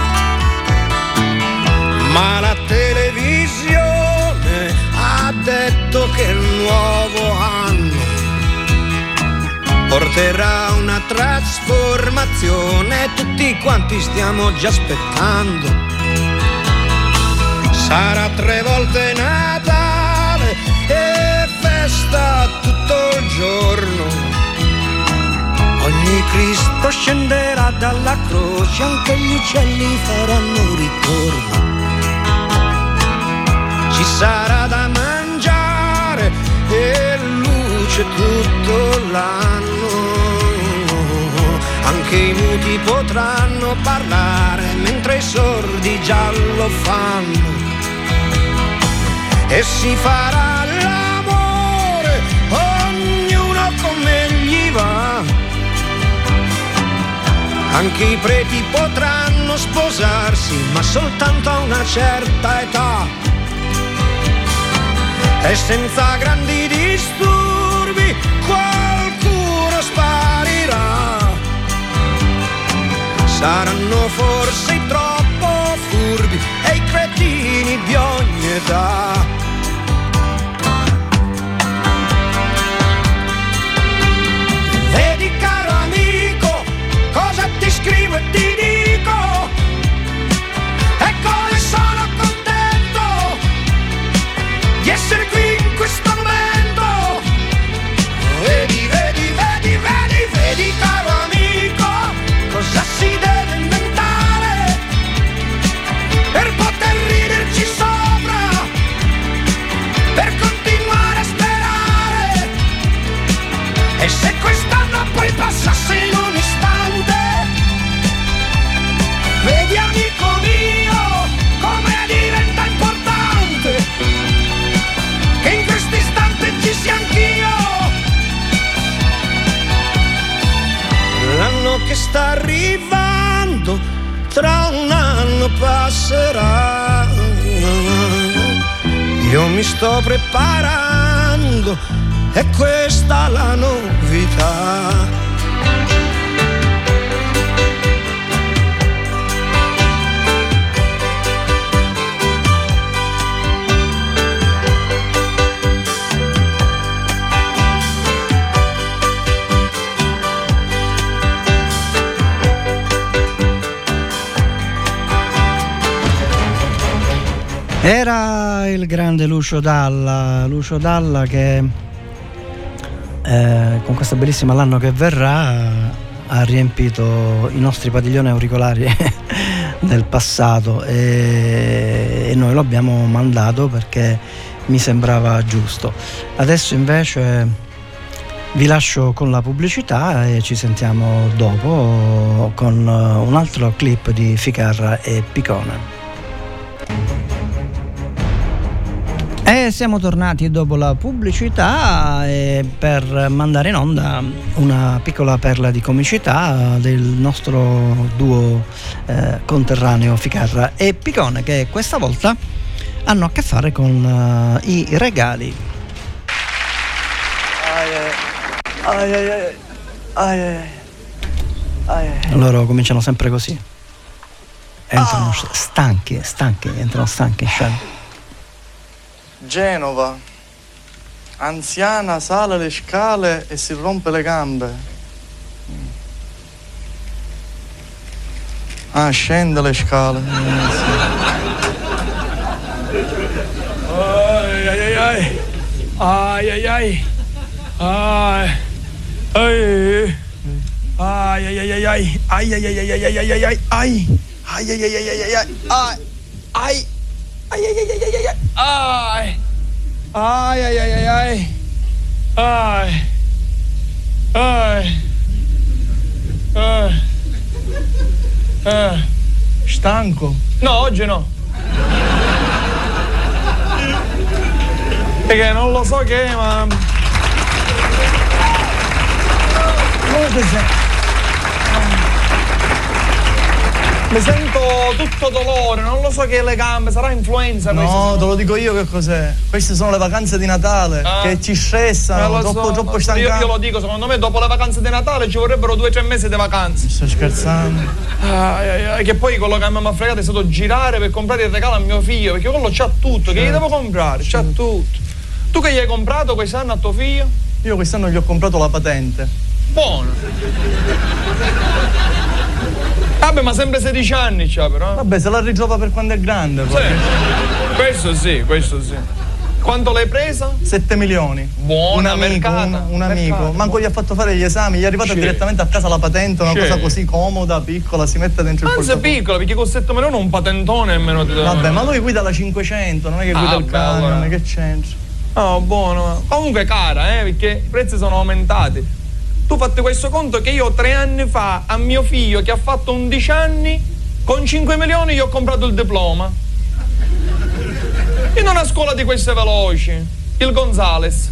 Ma la televisione ha detto che il nuovo anno porterà una trasformazione, tutti quanti stiamo già aspettando. Sarà tre volte Natale e festa tutto il giorno. Ogni Cristo scenderà dalla croce, anche gli uccelli faranno ritorno. Ci sarà da mangiare e luce tutto l'anno. Anche i muti potranno parlare mentre i sordi già lo fanno. E si farà l'amore, ognuno come gli va. Anche i preti potranno sposarsi, ma soltanto a una certa età. E senza grandi disturbi qualcuno sparirà. Saranno forse i troppo furbi e i cretini di ogni età. Vedi caro amico, cosa ti scrivo e ti dico, e come sono contento di essere qui in questo momento. Vedi, vedi, vedi, vedi, vedi caro amico, cosa si deve inventare per poter riderci sopra, per continuare a sperare. E se quest'anno poi passasse in un istante, vedi amico mio come diventa importante che in questo istante ci sia anch'io. L'anno che sta arrivando tra un anno passerà. Io mi sto preparando, è questa la novità. Era il grande Lucio Dalla, Lucio Dalla che eh, con questa bellissima L'anno che verrà ha riempito i nostri padiglioni auricolari del passato e, e noi lo abbiamo mandato perché mi sembrava giusto. Adesso invece vi lascio con la pubblicità e ci sentiamo dopo con un altro clip di Ficarra e Picone. E siamo tornati dopo la pubblicità e per mandare in onda una piccola perla di comicità del nostro duo eh, conterraneo Ficarra e Picone, che questa volta hanno a che fare con uh, i regali. Ai ai ai ai ai ai. Loro cominciano sempre così. Entrano oh. stanchi, stanchi, entrano stanchi in scena. Genova, anziana sale le scale e si rompe le gambe. Ah, scende le scale. Ai ai ai ai. Ai ai ai. Ai. Ai. Ai ai ai ai ai. Ai ai ai ai ai ai ai ai. Ai. Ai ai ai ai ai ai ai. Ai. Ai. Ai ai ai ai ai ai. Ai. Ai ai ai ai ai. Ai. Ai. Ai. Eh. Stanco? No, oggi no. Perché non lo so che, ma... Mi sento tutto dolore, non lo so che è le gambe, sarà influenza. No, te lo dico io che cos'è. Queste sono le vacanze di Natale, ah. che ci stressano, eh, troppo, so, troppo io, stancanti. io lo dico, secondo me dopo le vacanze di Natale ci vorrebbero due o tre mesi di vacanze. Sto scherzando. Ah, ah, ah, che poi quello che mi ha fregato è stato girare per comprare il regalo a mio figlio, perché quello c'ha tutto, certo. Che gli devo comprare, c'ha certo. tutto. Tu che gli hai comprato quest'anno a tuo figlio? Io quest'anno gli ho comprato la patente. Buono. Vabbè, ma sempre sedici anni c'ha però. Vabbè, se la ritrova per quando è grande. Poi. Sì. Questo sì, questo sì. Quanto l'hai presa? sette milioni. Buona, un amico, un, un amico. Mercato. Manco gli ha fatto fare gli esami, gli è arrivata C'è. direttamente a casa la patente, una C'è. cosa così comoda, piccola, si mette dentro il portafoglio. Anzi, piccola, perché con sette milioni un patentone nemmeno ti do. Vabbè, ma lui guida la cinquecento, non è che guida ah, il camion, allora. Che c'entra? Oh, buono. Comunque cara, eh, perché i prezzi sono aumentati. Tu fatti questo conto che io tre anni fa a mio figlio che ha fatto undici anni con cinque milioni gli ho comprato il diploma in una scuola di queste veloci, il Gonzales.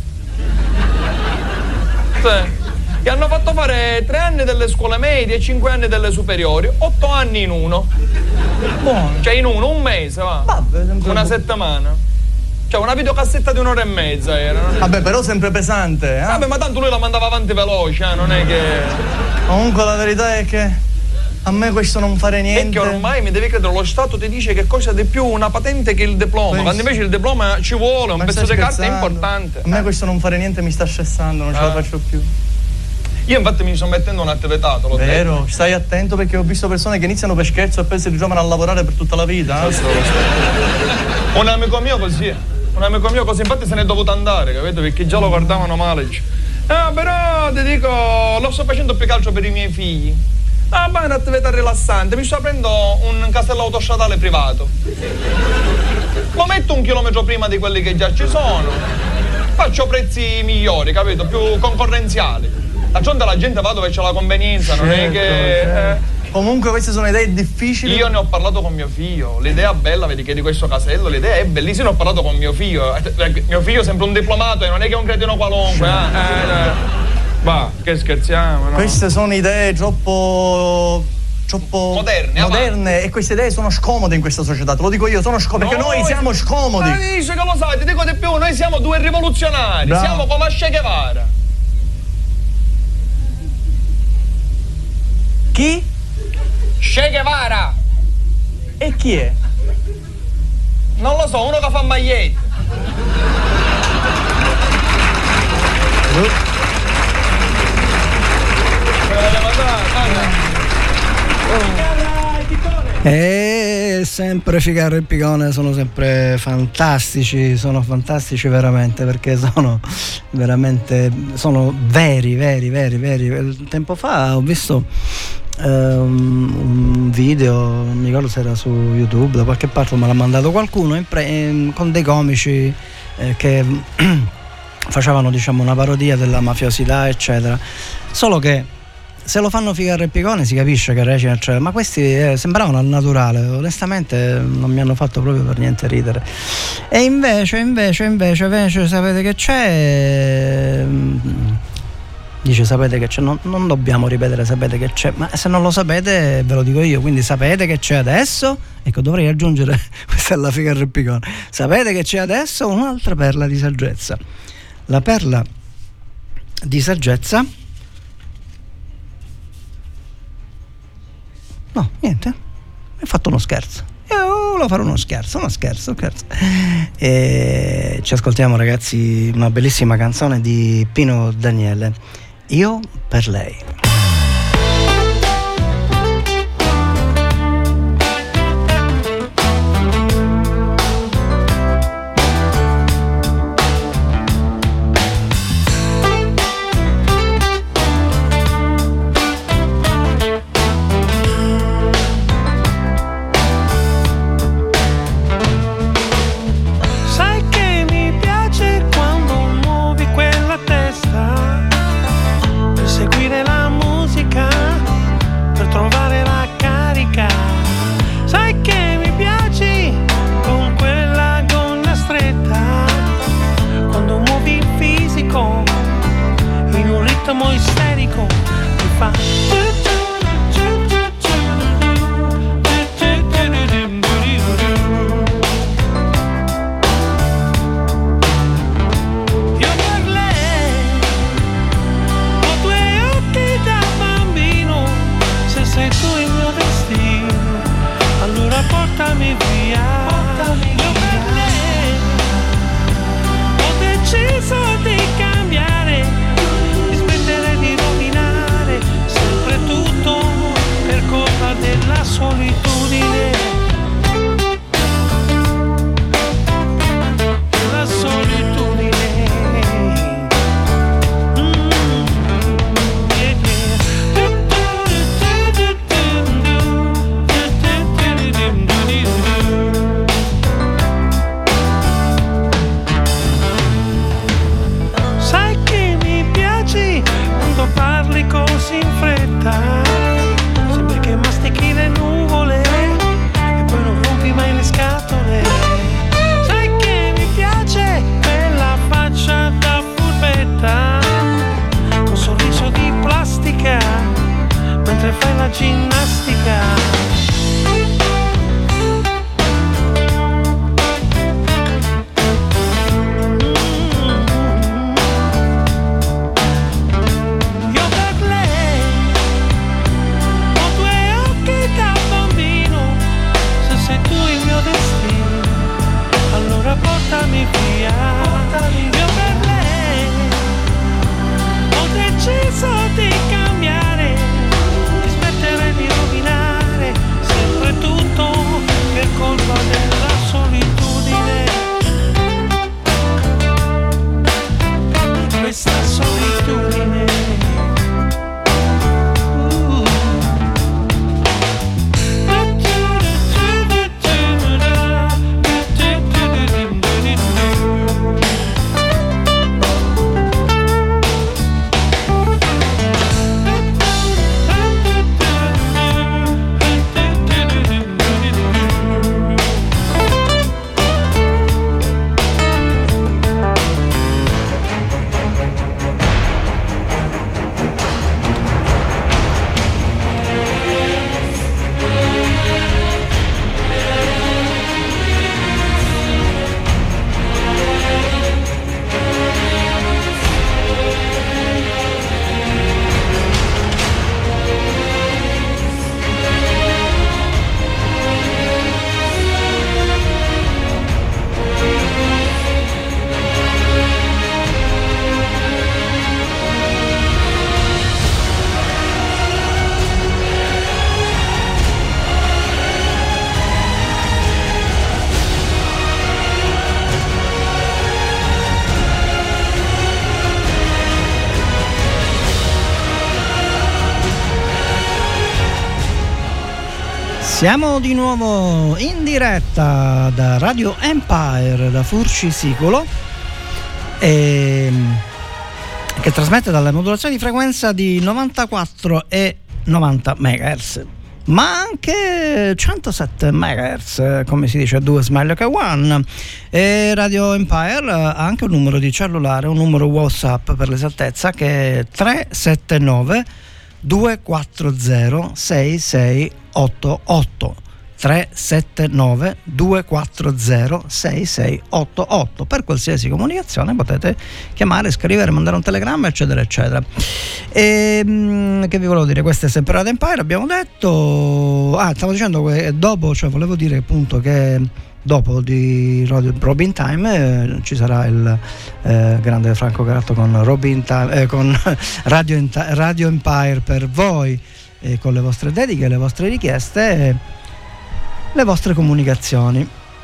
Sì. Gli hanno fatto fare tre anni delle scuole medie e cinque anni delle superiori, otto anni in uno. Buono. Cioè in uno, un mese, va. Vabbè, una settimana. Cioè una videocassetta di un'ora e mezza era. Non è... Vabbè, però sempre pesante, eh? Vabbè, ma tanto lui la mandava avanti veloce, eh? Non è che... Comunque la verità è che a me questo non fare niente. È che ormai mi devi credere, lo Stato ti dice che cosa di più una patente che il diploma, questo. Quando invece il diploma ci vuole, un ma pezzo di carta è importante. A me questo non fare niente mi sta stressando, non ce ah. la faccio più. Io infatti mi sto mettendo un'attività, te l'ho Vero, detto. Stai attento perché ho visto persone che iniziano per scherzo e poi si ritrovano a lavorare per tutta la vita. Eh? Un amico mio così. Un amico mio così, infatti se n'è dovuto andare, capito? Perché già lo guardavano male. Ah, però ti dico, lo sto facendo più calcio per i miei figli. Ah, ma è un'attività rilassante, mi sto aprendo un casello autostradale privato. Lo metto un chilometro prima di quelli che già ci sono. Faccio prezzi migliori, capito? Più concorrenziali. D'altronde la gente va dove c'è la convenienza, certo, non è che... Certo. Eh. Comunque queste sono idee difficili. Io ne ho parlato con mio figlio, l'idea bella, vedi che di questo casello, l'idea è bellissima, ne ho parlato con mio figlio. Mio figlio è sempre un diplomato e non è che è un cretino qualunque, eh. eh Va, che scherziamo, no? Queste sono idee troppo... troppo moderne, moderne e queste idee sono scomode in questa società, te lo dico io, sono scomode, perché noi siamo scomodi. Ma dice che lo sai, ti dico di più, noi siamo due rivoluzionari, Bravo. siamo come a Che Guevara. Chi? Che Guevara. E chi è? Non lo so, uno che fa magliette. Uh. E sempre Ficarra e Picone sono sempre fantastici, sono fantastici veramente, perché sono veramente, sono veri, veri, veri, veri. Tempo fa ho visto um, un video, non mi ricordo se era su YouTube, da qualche parte me l'ha mandato qualcuno, in pre- in, con dei comici eh, che facevano, diciamo, una parodia della mafiosità, eccetera. Solo che se lo fanno Ficarra e Picone si capisce che recita, cioè, ma questi eh, sembravano al naturale, onestamente non mi hanno fatto proprio per niente ridere. E invece, invece, invece, invece sapete che c'è? Dice sapete che c'è, non, non dobbiamo ripetere sapete che c'è, ma se non lo sapete ve lo dico io, quindi sapete che c'è adesso, ecco dovrei aggiungere, questa è la Ficarra e Picone, sapete che c'è adesso un'altra perla di saggezza, la perla di saggezza. No, niente, mi ha fatto uno scherzo. Io volevo fare uno scherzo, uno scherzo, scherzo. E ci ascoltiamo, ragazzi, una bellissima canzone di Pino Daniele, Io per lei. Seguire la una ginnastica. Portami via, io per lei ho deciso di cambiare, di smettere di rovinare sempre tutto per colpa della solitudine. Questa solitudine. Siamo di nuovo in diretta da Radio Empire, da Furcisicolo, e, che trasmette dalla modulazione di frequenza di novantaquattro e novanta megahertz, ma anche centosette megahertz, come si dice a due Smile Like a One. E Radio Empire ha anche un numero di cellulare, un numero WhatsApp per l'esattezza, che è tre sette nove due quattro zero sei sei otto otto. tre sette nove due quattro zero sei sei otto otto. Per qualsiasi comunicazione potete chiamare, scrivere, mandare un telegramma, eccetera eccetera. E, che vi volevo dire, questo è sempre Radio Empire, abbiamo detto. Ah, stavo dicendo che dopo, cioè volevo dire appunto che dopo di Robin Time eh, ci sarà il eh, grande Franco Caratto con Robin Time, eh, con Radio, Radio Empire per voi, eh, con le vostre dediche, le vostre richieste e le vostre comunicazioni,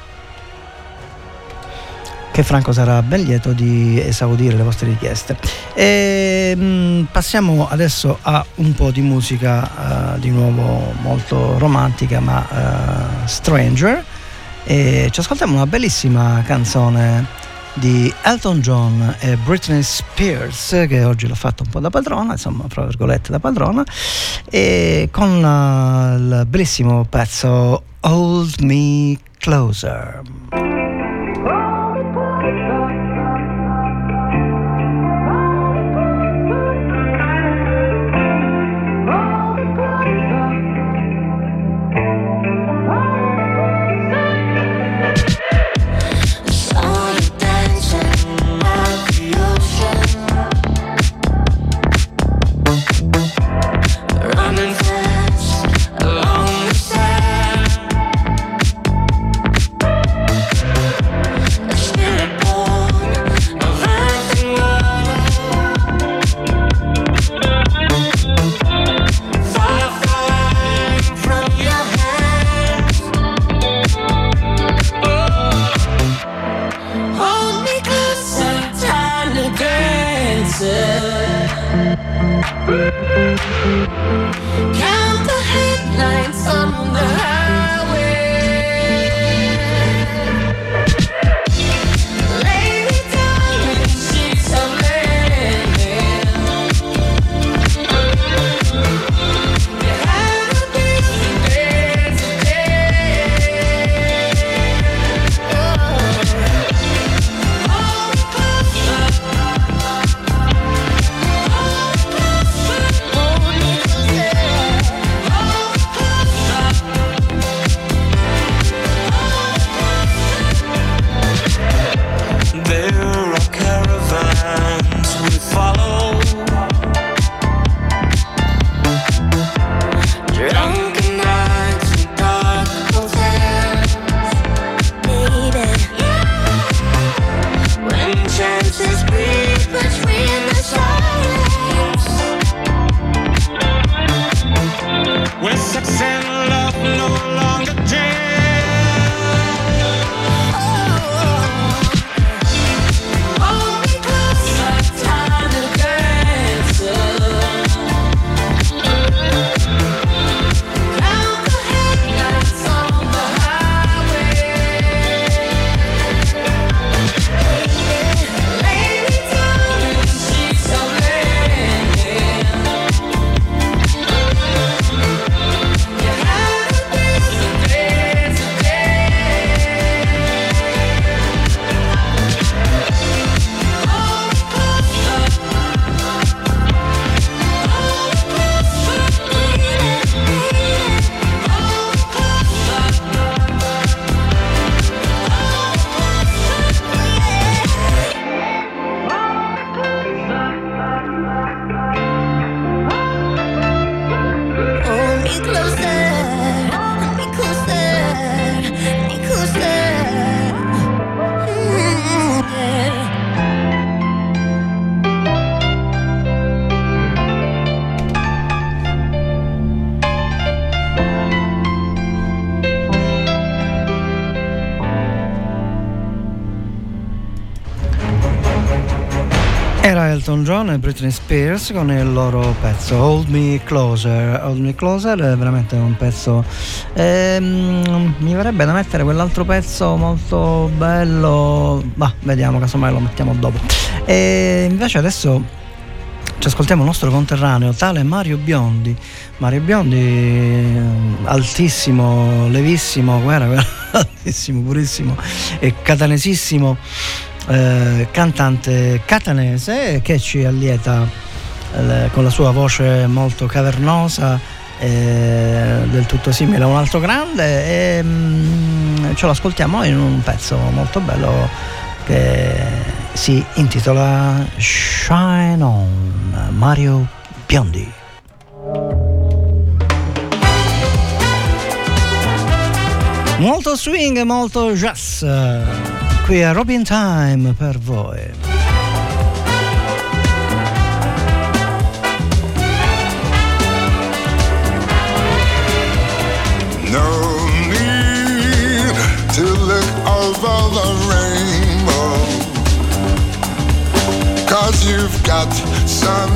che Franco sarà ben lieto di esaudire le vostre richieste. E, mh, passiamo adesso a un po' di musica uh, di nuovo molto romantica, ma uh, Stranger, e ci ascoltiamo una bellissima canzone di Elton John e Britney Spears, che oggi l'ha fatto un po' da padrona, insomma, fra virgolette da padrona, e con uh, il bellissimo pezzo Hold Me Closer. Yeah. Elton John e Britney Spears con il loro pezzo Hold Me Closer. Hold Me Closer è veramente un pezzo, ehm, mi verrebbe da mettere quell'altro pezzo molto bello, ma vediamo, casomai lo mettiamo dopo. E invece adesso ci ascoltiamo il nostro conterraneo, tale Mario Biondi. Mario Biondi, altissimo, levissimo, guarda, guarda, altissimo, purissimo e catanesissimo, eh, cantante catanese che ci allieta eh, con la sua voce molto cavernosa, eh, del tutto simile a un altro grande, e mm, ce lo ascoltiamo in un pezzo molto bello che si intitola Shine On, Mario Biondi. Molto swing e molto jazz qui a Robin Time per voi. No need to look over the rainbow, 'cause you've got sun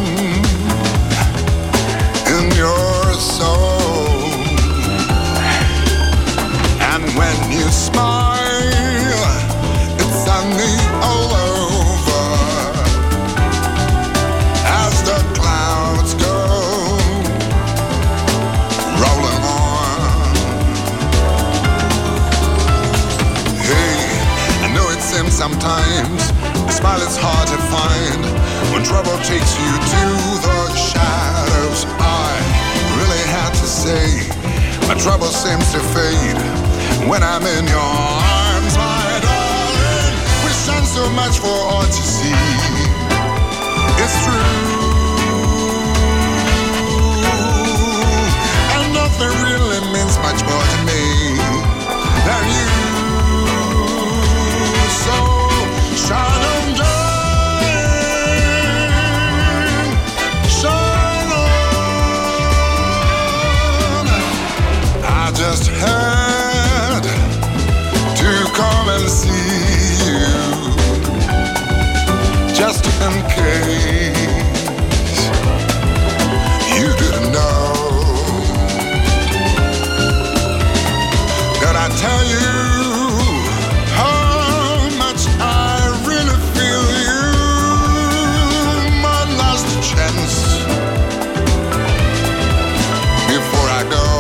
in your soul. And when you smile, it's sunny all over. As the clouds go rolling on. Hey, I know it seems sometimes a smile is hard to find when trouble takes you to the shadows. I really had to say, my trouble seems to fade when I'm in your arms, my darling. We shine so much for all to see. It's true, and nothing really means much more to me than you. So shine on, darling, shine on. I just had to come and see you, just in case you didn't know. Did I tell you how much I really feel you? My last chance before I go.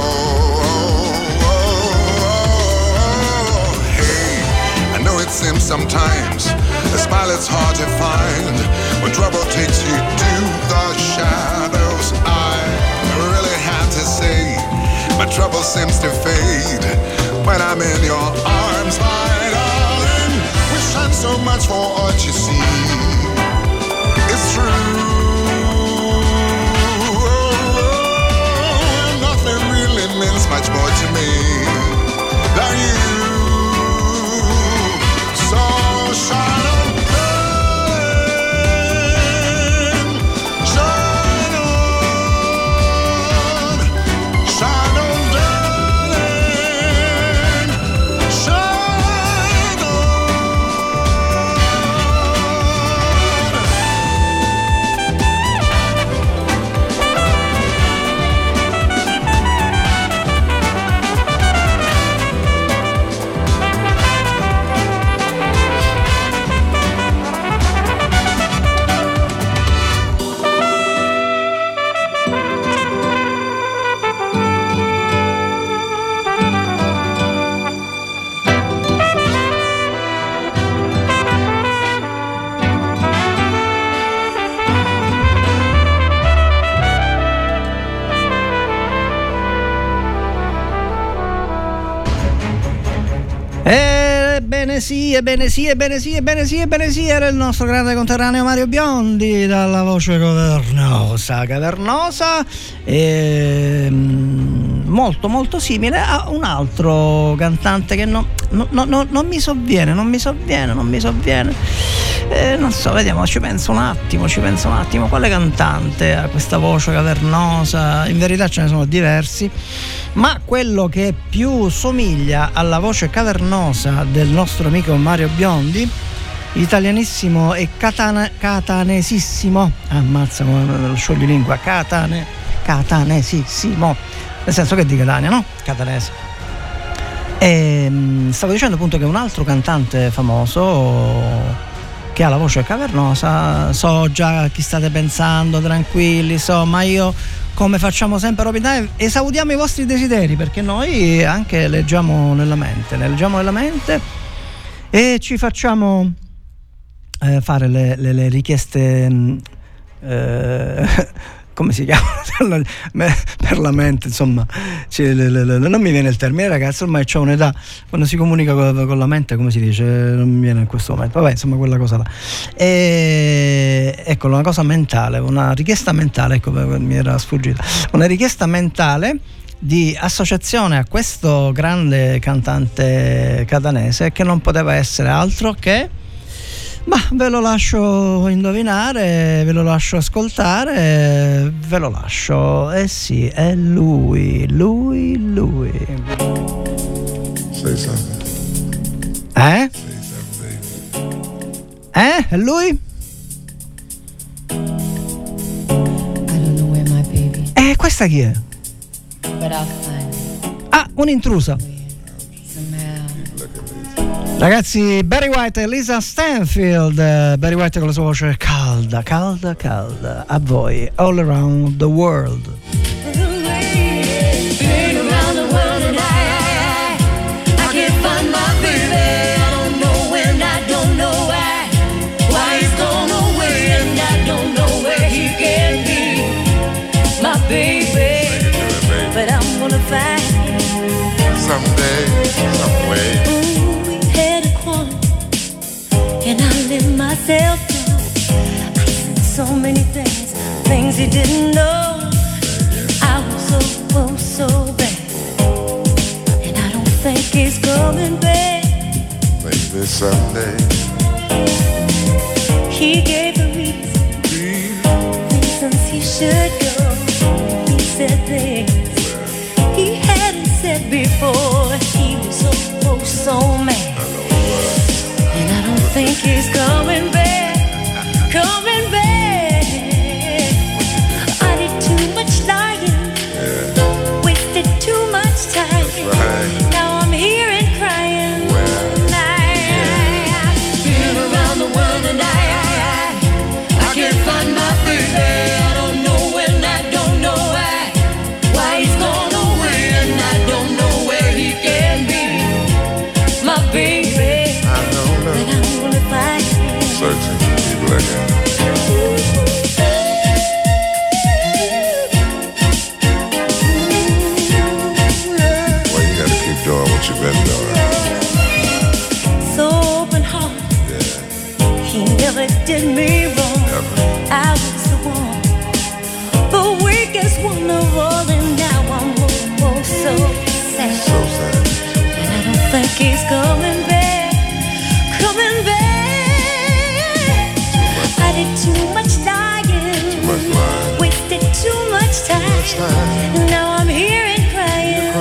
It seems sometimes a smile is hard to find when trouble takes you to the shadows. I really have to say, my trouble seems to fade when I'm in your arms, my darling. We shine so much for all you see. It's true, oh, nothing really means much more to me than you. So shine on, darling, shine on, shine on, darling, shine on. Ebbene sì, ebbene sì, ebbene sì, ebbene sì, ebbene sì, era il nostro grande conterraneo Mario Biondi, dalla voce cavernosa, cavernosa e molto molto simile a un altro cantante che non, no, no, no, non mi sovviene, non mi sovviene, non mi sovviene. Eh, non so, vediamo, ci penso un attimo, ci penso un attimo. Quale cantante ha questa voce cavernosa? In verità ce ne sono diversi, ma quello che più somiglia alla voce cavernosa del nostro amico Mario Biondi italianissimo e catana, catanesissimo, ammazza come lo scioglilingua, catane, catanesissimo, nel senso che è di Catania, no? Catanese. E stavo dicendo appunto che un altro cantante famoso che ha la voce cavernosa, so già a chi state pensando, tranquilli, so, ma io, come facciamo sempre a Robin Time, esaudiamo i vostri desideri, perché noi anche leggiamo nella mente, ne leggiamo nella mente e ci facciamo eh, fare le, le, le richieste eh, come si chiama? Per la mente, insomma, cioè, le, le, le, non mi viene il termine, ragazzi, ormai c'ho un'età, quando si comunica con, con la mente, come si dice, non mi viene in questo momento, vabbè, insomma, quella cosa là. E ecco, una cosa mentale, una richiesta mentale, ecco, mi era sfuggita, una richiesta mentale di associazione a questo grande cantante catanese, che non poteva essere altro che, ma ve lo lascio indovinare, ve lo lascio ascoltare, ve lo lascio, eh sì, è lui, lui, lui. Say something. Eh? Say something, baby. Eh? È lui? I don't know where my baby. Eh, questa chi è? But I'll find it. Ah, un'intrusa. Ragazzi, Barry White e Lisa Stanfield. Barry White con la sua voce calda, calda, calda. A voi, All Around the World. Been around the world and I, I, I, I can't find my baby. I don't know when, I don't know why. Why he's gone away and I don't know where he can be. My baby, but I'm gonna find him someday, some way. And I let myself down. I said so many things, things he didn't know. I was so, oh, so bad. And I don't think he's coming back. Maybe someday. He gave a reason, reasons he should go. He said things he hadn't said before. He was so, oh, so mad. And I don't think he's coming back, coming back. I did too much lying, yeah. Wasted too much time. Right. Now I'm here and crying. Well, I, I've been around the world and I, I, I, I can't find my baby. I don't know when, I don't know why. Why he's gone away and I don't know where he can be. My baby. Searching, keep looking. Well, you gotta keep doing what you've been doing. So open heart, yeah. He never did me wrong. Never. I was the one, the weakest one of all, and now I'm oh, oh, so sad. So sad. And I don't think he's coming back, coming back. I did too much lying, too much lying. Wasted too much time. Too much time. Now I'm here and crying.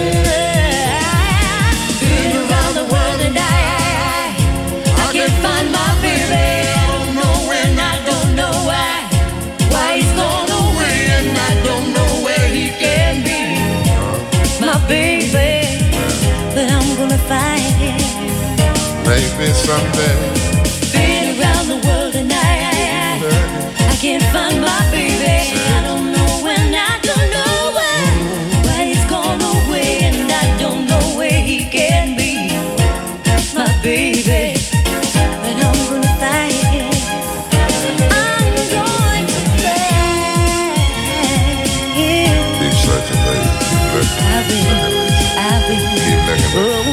I've been around the world and I, I, I, I can't find my baby. I don't know when, I don't know why. Why he's gone away and I don't know where he can be. My baby, but I'm gonna find him. Maybe someday. Been around the world and I, I, I, I can't find my baby. I don't know when, I don't know why. Why he's gone away and I don't know where he can be. My baby, but I'm gonna find him. I'm going to find him. Keep searching, baby. Keep looking. I've been, I've been. Keep looking. Oh,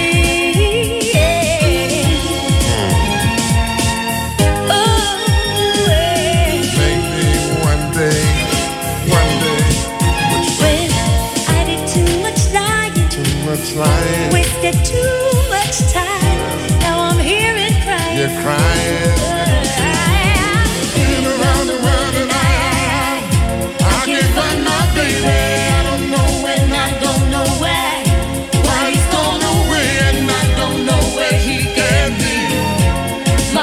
lying. Wasted too much time. Now I'm here and crying. You're crying. I've been around the world and I, I, I, I can't find my baby. I don't know when, I don't know why. Why he's gone away and I don't know where he can be.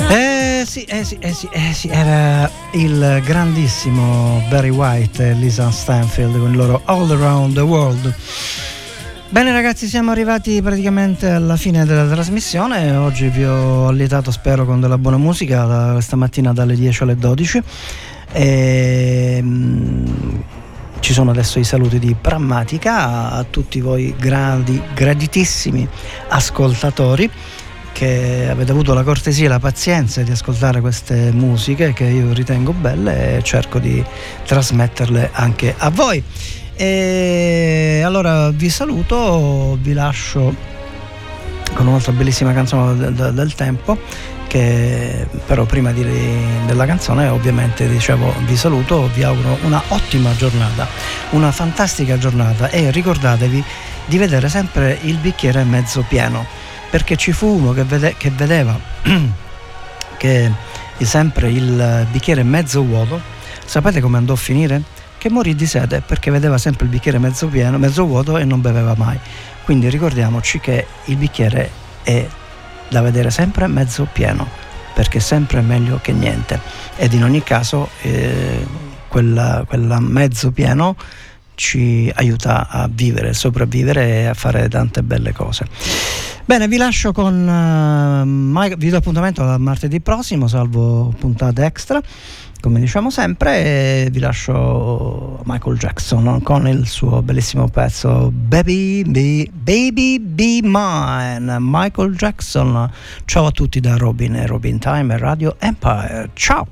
Eh sì, eh sì, eh sì, eh sì, era il grandissimo Barry White e Lisa Stanfield con il loro All Around the World. Bene ragazzi, siamo arrivati praticamente alla fine della trasmissione. Oggi vi ho allietato, spero, con della buona musica, da, stamattina dalle dieci alle dodici. E, mh, ci sono adesso i saluti di Prammatica a tutti voi grandi, graditissimi ascoltatori che avete avuto la cortesia e la pazienza di ascoltare queste musiche che io ritengo belle e cerco di trasmetterle anche a voi. E allora vi saluto, vi lascio con un'altra bellissima canzone del, del, del tempo, che però prima di, della canzone ovviamente dicevo vi saluto, vi auguro una ottima giornata, una fantastica giornata, e ricordatevi di vedere sempre il bicchiere mezzo pieno, perché ci fu uno che, vede, che vedeva che sempre il bicchiere mezzo vuoto. Sapete come andò a finire? Che morì di sete, perché vedeva sempre il bicchiere mezzo pieno, mezzo vuoto, e non beveva mai. Quindi ricordiamoci che il bicchiere è da vedere sempre mezzo pieno, perché sempre è meglio che niente, ed in ogni caso eh, quella, quella mezzo pieno ci aiuta a vivere, sopravvivere e a fare tante belle cose. Bene, vi lascio con uh, vi do appuntamento a martedì prossimo, salvo puntate extra, come diciamo sempre, e vi lascio Michael Jackson con il suo bellissimo pezzo Baby Be, Baby Be Mine. Michael Jackson. Ciao a tutti da Robin e Robin Time e Radio Empire. Ciao.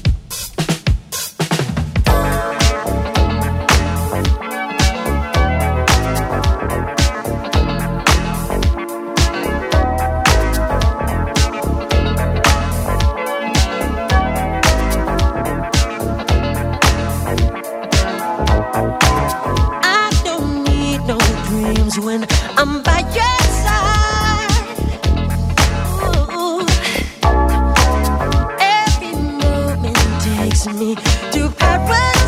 When I'm by your side, ooh, every moment takes me to paradise.